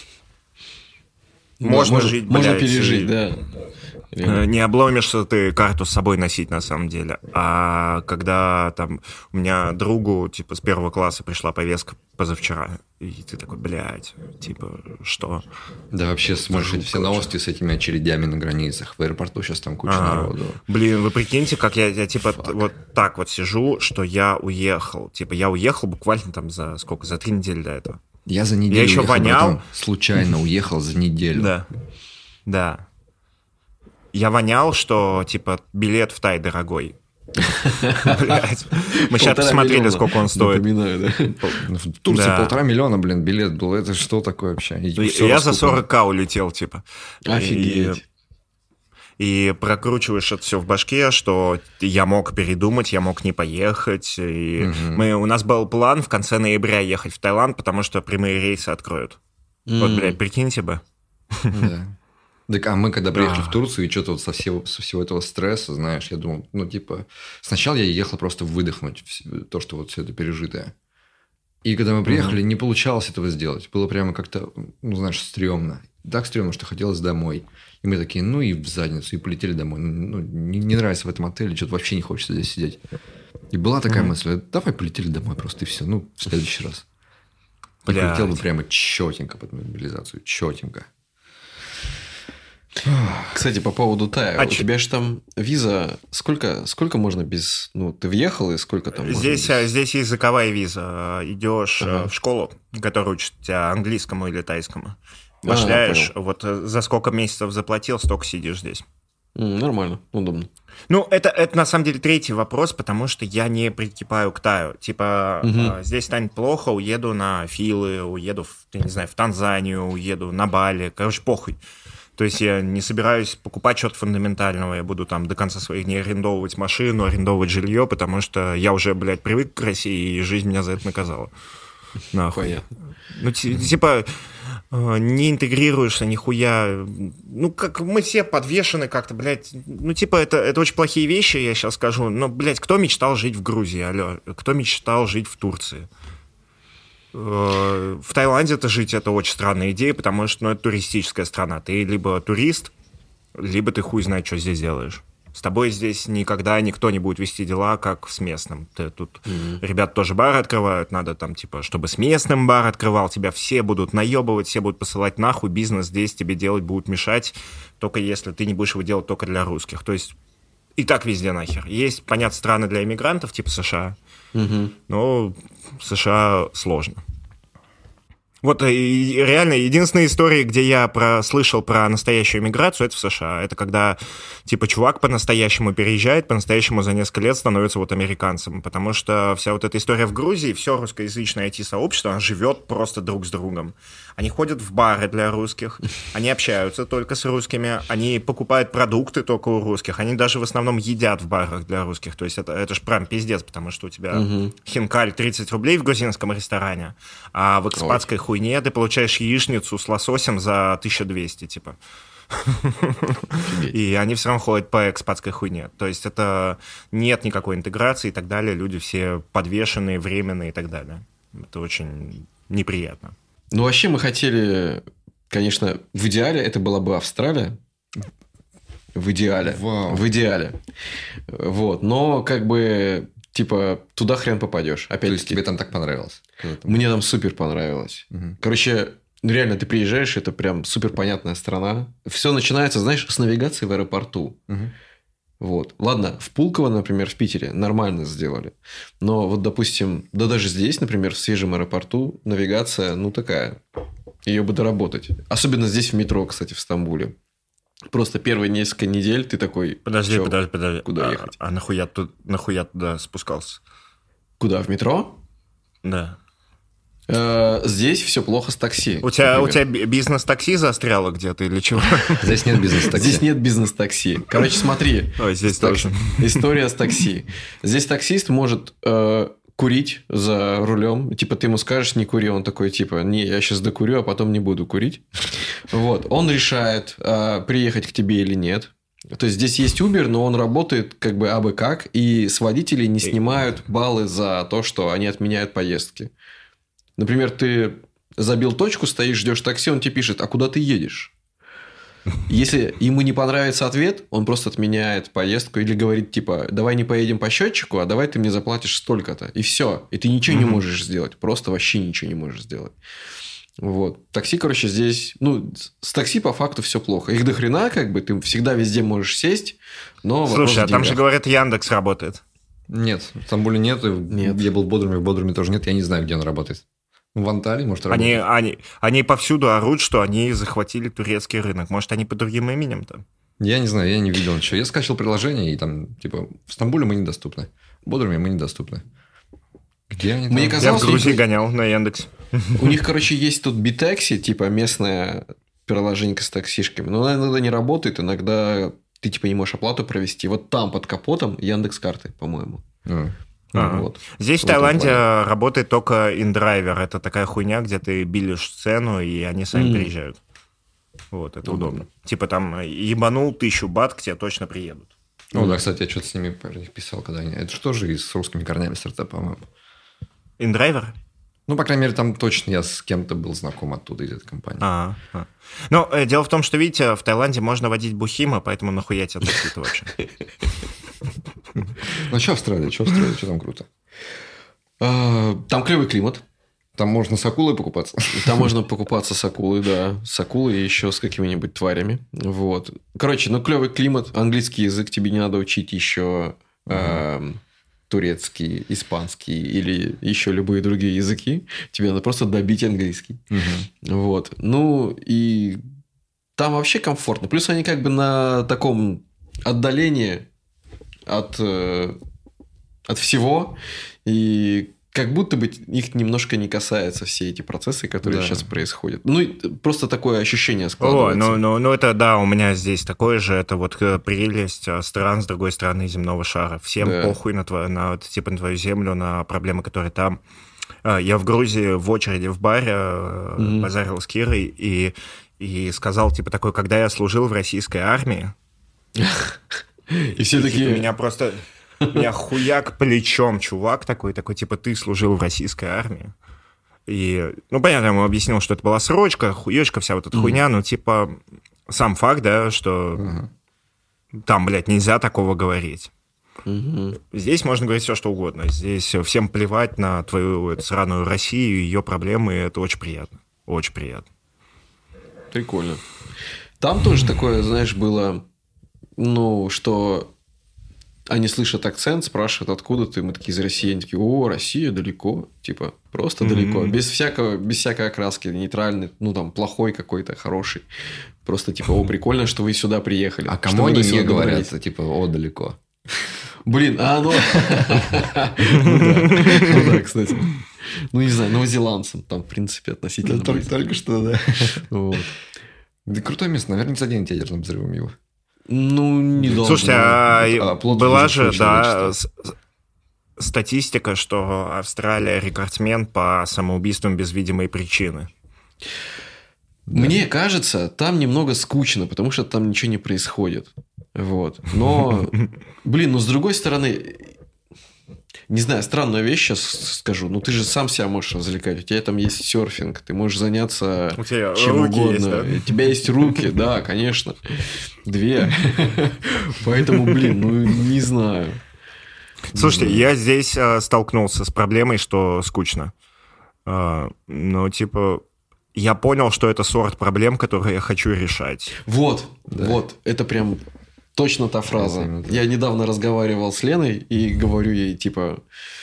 Можно жить, блядь. Можно пережить, да. Не обломишься ты карту с собой носить, на самом деле. А когда там у меня другу, типа, с 1 класса пришла повестка позавчера, и ты такой, блядь, типа, что? Да вообще смотришь все новости с этими очередями на границах. В аэропорту сейчас там куча народу. Блин, вы прикиньте, как я типа, вот так вот сижу, что я уехал. Типа, я уехал буквально там за 3 недели до этого. Я за неделю я еще уехал, вонял. братан, случайно уехал за неделю. Да. Я вонял, что, типа, билет в Тай дорогой. Блядь. Мы сейчас посмотрели, сколько он стоит. Напоминаю, да? В Турции 1,5 миллиона, блин, билет был. Это что такое вообще? Я за 40К улетел, типа. Офигеть. И прокручиваешь это все в башке, что я мог передумать, я мог не поехать. И у нас был план в конце ноября ехать в Таиланд, потому что прямые рейсы откроют. Вот, блядь, прикиньте бы. Да. Так, а мы когда приехали в Турцию, и что-то вот со всего этого стресса, знаешь, я думал, ну, типа, сначала я ехал просто выдохнуть то, что вот все это пережитое. И когда мы приехали, не получалось этого сделать. Было прямо как-то, ну, знаешь, стрёмно. Так стрёмно, что хотелось домой. И мы такие, ну, и в задницу, и полетели домой. Ну, не нравится в этом отеле, что-то вообще не хочется здесь сидеть. И была такая мысль, давай полетели домой просто, и все. Ну, в следующий раз. И полетел бы прямо чётенько под мобилизацию, чётенько. Кстати, по поводу Тая. У тебя же там виза... Сколько можно без... Ну, ты въехал, и сколько там можно без... Здесь языковая виза. Идешь в школу, которая учит тебя английскому или тайскому. Пошляешь, вот за сколько месяцев заплатил, столько сидишь здесь. Нормально, удобно. Ну, это на самом деле третий вопрос, потому что я не прикипаю к Таю. Типа, здесь станет плохо, уеду на Филы, уеду, я не знаю, в Танзанию, уеду на Бали. Короче, похуй. То есть я не собираюсь покупать что-то фундаментального, я буду там до конца своих дней арендовывать машину, арендовывать жилье, потому что я уже, блядь, привык к России, и жизнь меня за это наказала. Нахуй. Понятно. Ну, типа, не интегрируешься нихуя. Ну, как мы все подвешены как-то, блядь. Ну, типа, это очень плохие вещи, я сейчас скажу. Но, блядь, кто мечтал жить в Грузии, алло? Кто мечтал жить в Турции? В Таиланде-то жить это очень странная идея, потому что это туристическая страна. Ты либо турист, либо ты хуй знает, что здесь делаешь. С тобой здесь никогда никто не будет вести дела, как с местным. Тут ребят тоже бар открывают, надо там, типа, чтобы с местным бар открывал, тебя все будут наебывать, все будут посылать нахуй, бизнес здесь тебе делать будут мешать, только если ты не будешь его делать только для русских. То есть и так везде нахер. Есть, понятно, страны для иммигрантов, типа США, но в США сложно. Вот и реально единственная история, где я слышал про настоящую миграцию, это в США. Это когда, типа, чувак по-настоящему переезжает, по-настоящему за несколько лет становится вот американцем. Потому что вся вот эта история в Грузии, все русскоязычное IT-сообщество, оно живет просто друг с другом. Они ходят в бары для русских, они общаются только с русскими, они покупают продукты только у русских, они даже в основном едят в барах для русских. То есть это ж прям пиздец, потому что у тебя хинкаль 30 рублей в грузинском ресторане, а в экспатской хуйне ты получаешь яичницу с лососем за 1200, типа. И они все равно ходят по экспатской хуйне. То есть это нет никакой интеграции и так далее. Люди все подвешенные, временные и так далее. Это очень неприятно. Ну, вообще мы хотели, конечно, в идеале это была бы Австралия. В идеале. Вау. В идеале. Вот. Но как бы, типа, туда хрен попадешь. Опять-таки. То есть тебе там так понравилось? Мне там супер понравилось. Короче, реально, ты приезжаешь, это прям супер понятная страна. Все начинается, знаешь, с навигации в аэропорту. Вот. Ладно, в Пулково, например, в Питере нормально сделали. Но вот, допустим, да даже здесь, например, в свежем аэропорту навигация, ну, такая. Ее бы доработать. Особенно здесь в метро, кстати, в Стамбуле. Просто первые несколько недель ты такой... Подожди. Куда ехать? А нахуя туда спускался? Куда, в метро? Да. Здесь все плохо с такси. У тебя бизнес-такси застряло где-то или чего? Здесь нет бизнес-такси. Здесь нет бизнес-такси. Короче, смотри. Ой, здесь тоже. История с такси. Здесь таксист может курить за рулем. Типа, ты ему скажешь, не кури. Он такой, типа, не, я сейчас докурю, а потом не буду курить. Вот. Он решает, приехать к тебе или нет. То есть, здесь есть Uber, но он работает как бы абы как. И с водителей не снимают баллы за то, что они отменяют поездки. Например, ты забил точку, стоишь, ждешь такси, он тебе пишет, а куда ты едешь? Если ему не понравится ответ, он просто отменяет поездку или говорит, типа, давай не поедем по счетчику, а давай ты мне заплатишь столько-то. И все. И ты ничего не можешь сделать. Просто вообще ничего не можешь сделать. Вот. Такси, короче, здесь... Ну, с такси по факту все плохо. Их дохрена, как бы, ты всегда везде можешь сесть, но... Слушай, а там же, говорят, Яндекс работает. Нет, в Стамбуле нет. Я был в Бодруме тоже нет. Я не знаю, где он работает. В Анталии, может, работает. Они повсюду орут, что они захватили турецкий рынок. Может, они под другим именем-то? Я не знаю, я не видел ничего. Я скачал приложение, и там, типа, в Стамбуле мы недоступны. В Бодруме мы недоступны. Где они там? Мне казалось, я в Грузии гонял на Яндексе. У них, короче, есть тут Битекси, типа, местное приложение с таксишками. Но она иногда не работает, иногда ты, типа, не можешь оплату провести. Вот там, под капотом, Яндекс.Карты, по-моему. Вот. Здесь в Таиланде работает только InDriver. Это такая хуйня, где ты билишь цену, и они сами приезжают. Вот, это удобно. Типа там ебанул 1000 бат, к тебе точно приедут. О, да, кстати, я что-то с ними писал, когда они... Это что же с русскими корнями стартапа, по-моему? InDriver? Ну, по крайней мере, там точно я с кем-то был знаком оттуда, из этой компании. Ну, дело в том, что, видите, в Таиланде можно водить бухима, поэтому нахуя тебе такси-то вообще? Ну, что Австралия? Что там круто? Там клевый климат. Там можно с акулой покупаться. Там можно покупаться с акулой, да. С акулой и еще с какими-нибудь тварями. Вот. Короче, ну, клевый климат. Английский язык тебе не надо учить еще... турецкий, испанский или еще любые другие языки. Тебе надо просто добить английский. Вот. Ну, и там вообще комфортно. Плюс они как бы на таком отдалении от всего. И как будто бы их немножко не касаются все эти процессы, которые сейчас происходят. Ну, просто такое ощущение складывается. Ну, это, да, у меня здесь такое же. Это вот прелесть стран с другой стороны земного шара. Всем похуй на твою землю, на проблемы, которые там. Я в Грузии в очереди в баре базарил с Кирой и сказал, типа, такой, когда я служил в российской армии... И все такие... Меня хуяк плечом чувак такой, типа, ты служил в российской армии. И, ну, понятно, я ему объяснил, что это была срочка, хуечка, вся вот эта хуйня, но, типа, сам факт, да, что там, блядь, нельзя такого говорить. Здесь можно говорить все, что угодно. Здесь всем плевать на твою сраную Россию и ее проблемы, и это очень приятно. Очень приятно. Прикольно. Там тоже такое, знаешь, было, ну, что... Они слышат акцент, спрашивают, откуда ты. Мы такие из России. Они такие, о, Россия далеко. Типа, просто далеко. Без всякой окраски. Нейтральный, ну, там, плохой какой-то, хороший. Просто, типа, о, прикольно, что вы сюда приехали. А кому они не говорят, типа, о, далеко? Блин, ну... Ну да, кстати. Ну, не знаю, новозеландцам там, в принципе, относительно. Только что, да. Вот. Да крутое место, наверное, не заденет ядерным взрывом его. Ну, не должно. Слушайте, была же, да, статистика, что Австралия рекордсмен по самоубийствам без видимой причины. Мне кажется, там немного скучно, потому что там ничего не происходит. Вот. Но, блин, ну, с другой стороны... Не знаю, странную вещь сейчас скажу. Ну, ты же сам себя можешь развлекать. У тебя там есть серфинг. Ты можешь заняться чем угодно. Есть, да? У тебя есть руки, да, конечно. 2. Поэтому, блин, ну, не знаю. Слушайте, я здесь столкнулся с проблемой, что скучно. Ну, типа... Я понял, что это сорт проблем, которые я хочу решать. Вот, это прям точно та фраза. Я недавно разговаривал с Леной и говорю ей, типа,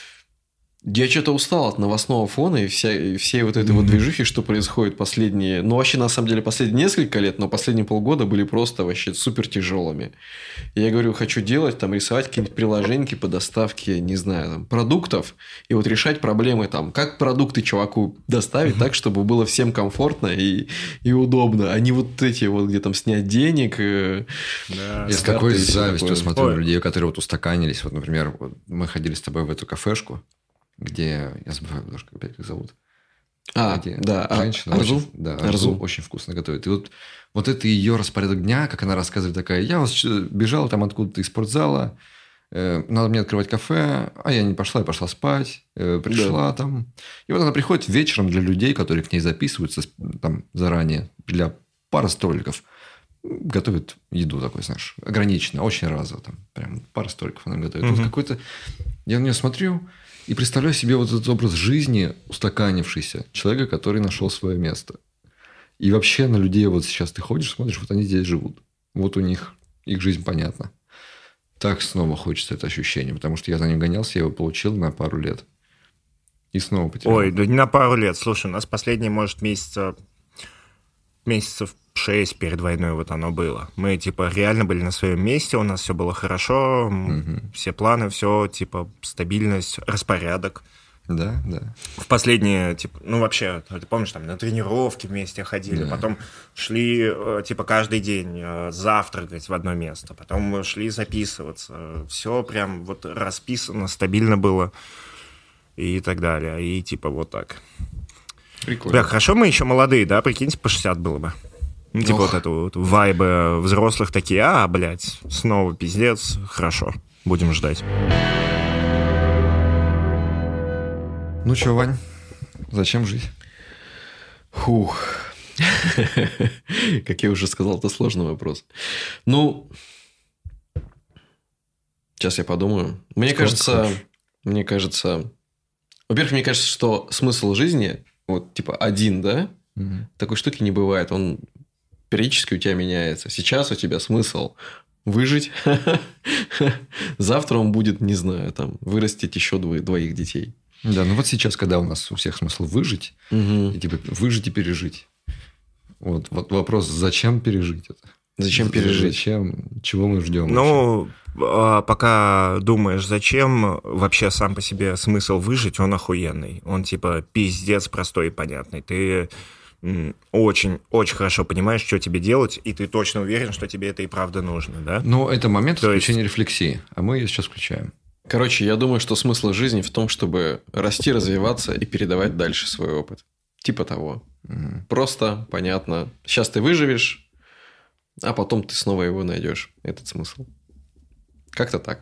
я что-то устал от новостного фона и всей вот этой вот движухи, что происходит последние... Ну, вообще, на самом деле, последние несколько лет, но последние полгода были просто вообще супер тяжелыми. И я говорю, хочу делать, там, рисовать какие-нибудь приложеньки по доставке, не знаю, там, продуктов, и вот решать проблемы, там, как продукты чуваку доставить так, чтобы было всем комфортно и удобно, а не вот эти вот, где там снять денег. Я с какой завистью смотрю на людей, которые вот устаканились. Вот, например, мы ходили с тобой в эту кафешку, где, я забываю немножко, опять их зовут. Да, женщина. Арзу? Арзу очень вкусно готовит. И вот это ее распорядок дня, как она рассказывает, такая, я бежала там откуда-то из спортзала, надо мне открывать кафе, а я не пошла, я пошла спать, пришла там. И вот она приходит вечером для людей, которые к ней записываются там заранее, для пары столиков, готовит еду такой, знаешь, ограниченно, очень разово, там, прям пара столиков она готовит. Вот какой-то... Я на нее смотрю... И представляю себе вот этот образ жизни устаканившийся человека, который нашел свое место. И вообще на людей вот сейчас ты ходишь, смотришь, вот они здесь живут. Вот у них их жизнь понятна. Так снова хочется это ощущение, потому что я за ним гонялся, я его получил на пару лет. И снова потерял. Ой, да не на пару лет. Слушай, у нас последние, может, месяцев 6 перед войной вот оно было. Мы, типа, реально были на своем месте, у нас все было хорошо, все планы, все, типа, стабильность, распорядок. Да. В последние, типа, ну, вообще, ты помнишь, там, на тренировки вместе ходили, потом шли, типа, каждый день завтракать в одно место, потом мы шли записываться. Все прям вот расписано, стабильно было и так далее. И, типа, вот так. Прикольно. Да, хорошо, мы еще молодые, да? Прикиньте, по 60 было бы. Ну, типа вот это вот вайбы взрослых такие, блядь, снова пиздец, хорошо, будем ждать. Ну что, Вань, зачем жить? Фух. Как я уже сказал, это сложный вопрос. Ну, сейчас я подумаю. Мне кажется, во-первых, мне кажется, что смысл жизни, вот типа один, да, такой штуки не бывает. Он периодически у тебя меняется. Сейчас у тебя смысл выжить. Завтра он будет, не знаю, там, вырастить еще двоих детей. Да, ну вот сейчас, когда у нас у всех смысл выжить, и типа выжить и пережить. Вот вопрос, зачем пережить это? Зачем пережить? Зачем? Чего мы ждем? Ну, пока думаешь, зачем вообще сам по себе смысл выжить, он охуенный. Он типа пиздец простой и понятный. Ты очень хорошо понимаешь, что тебе делать, и ты точно уверен, что тебе это и правда нужно, да? Ну, это момент включения рефлексии, а мы ее сейчас включаем. Короче, я думаю, что смысл жизни в том, чтобы расти, развиваться и передавать дальше свой опыт. Типа того. Просто, понятно. Сейчас ты выживешь, а потом ты снова его найдешь. Этот смысл. Как-то так.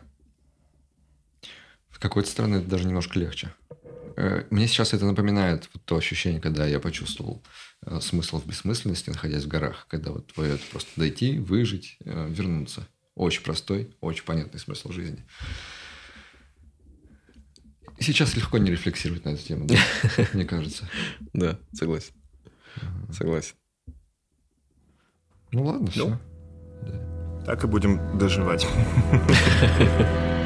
С какой-то стороны, это даже немножко легче. Мне сейчас это напоминает вот то ощущение, когда я почувствовал смысл в бессмысленности, находясь в горах. Когда вот твое это просто дойти, выжить, вернуться. Очень простой, очень понятный смысл жизни. Сейчас легко не рефлексировать на эту тему, да? Мне кажется. Да, согласен. Согласен. Ну ладно, все. Так и будем доживать.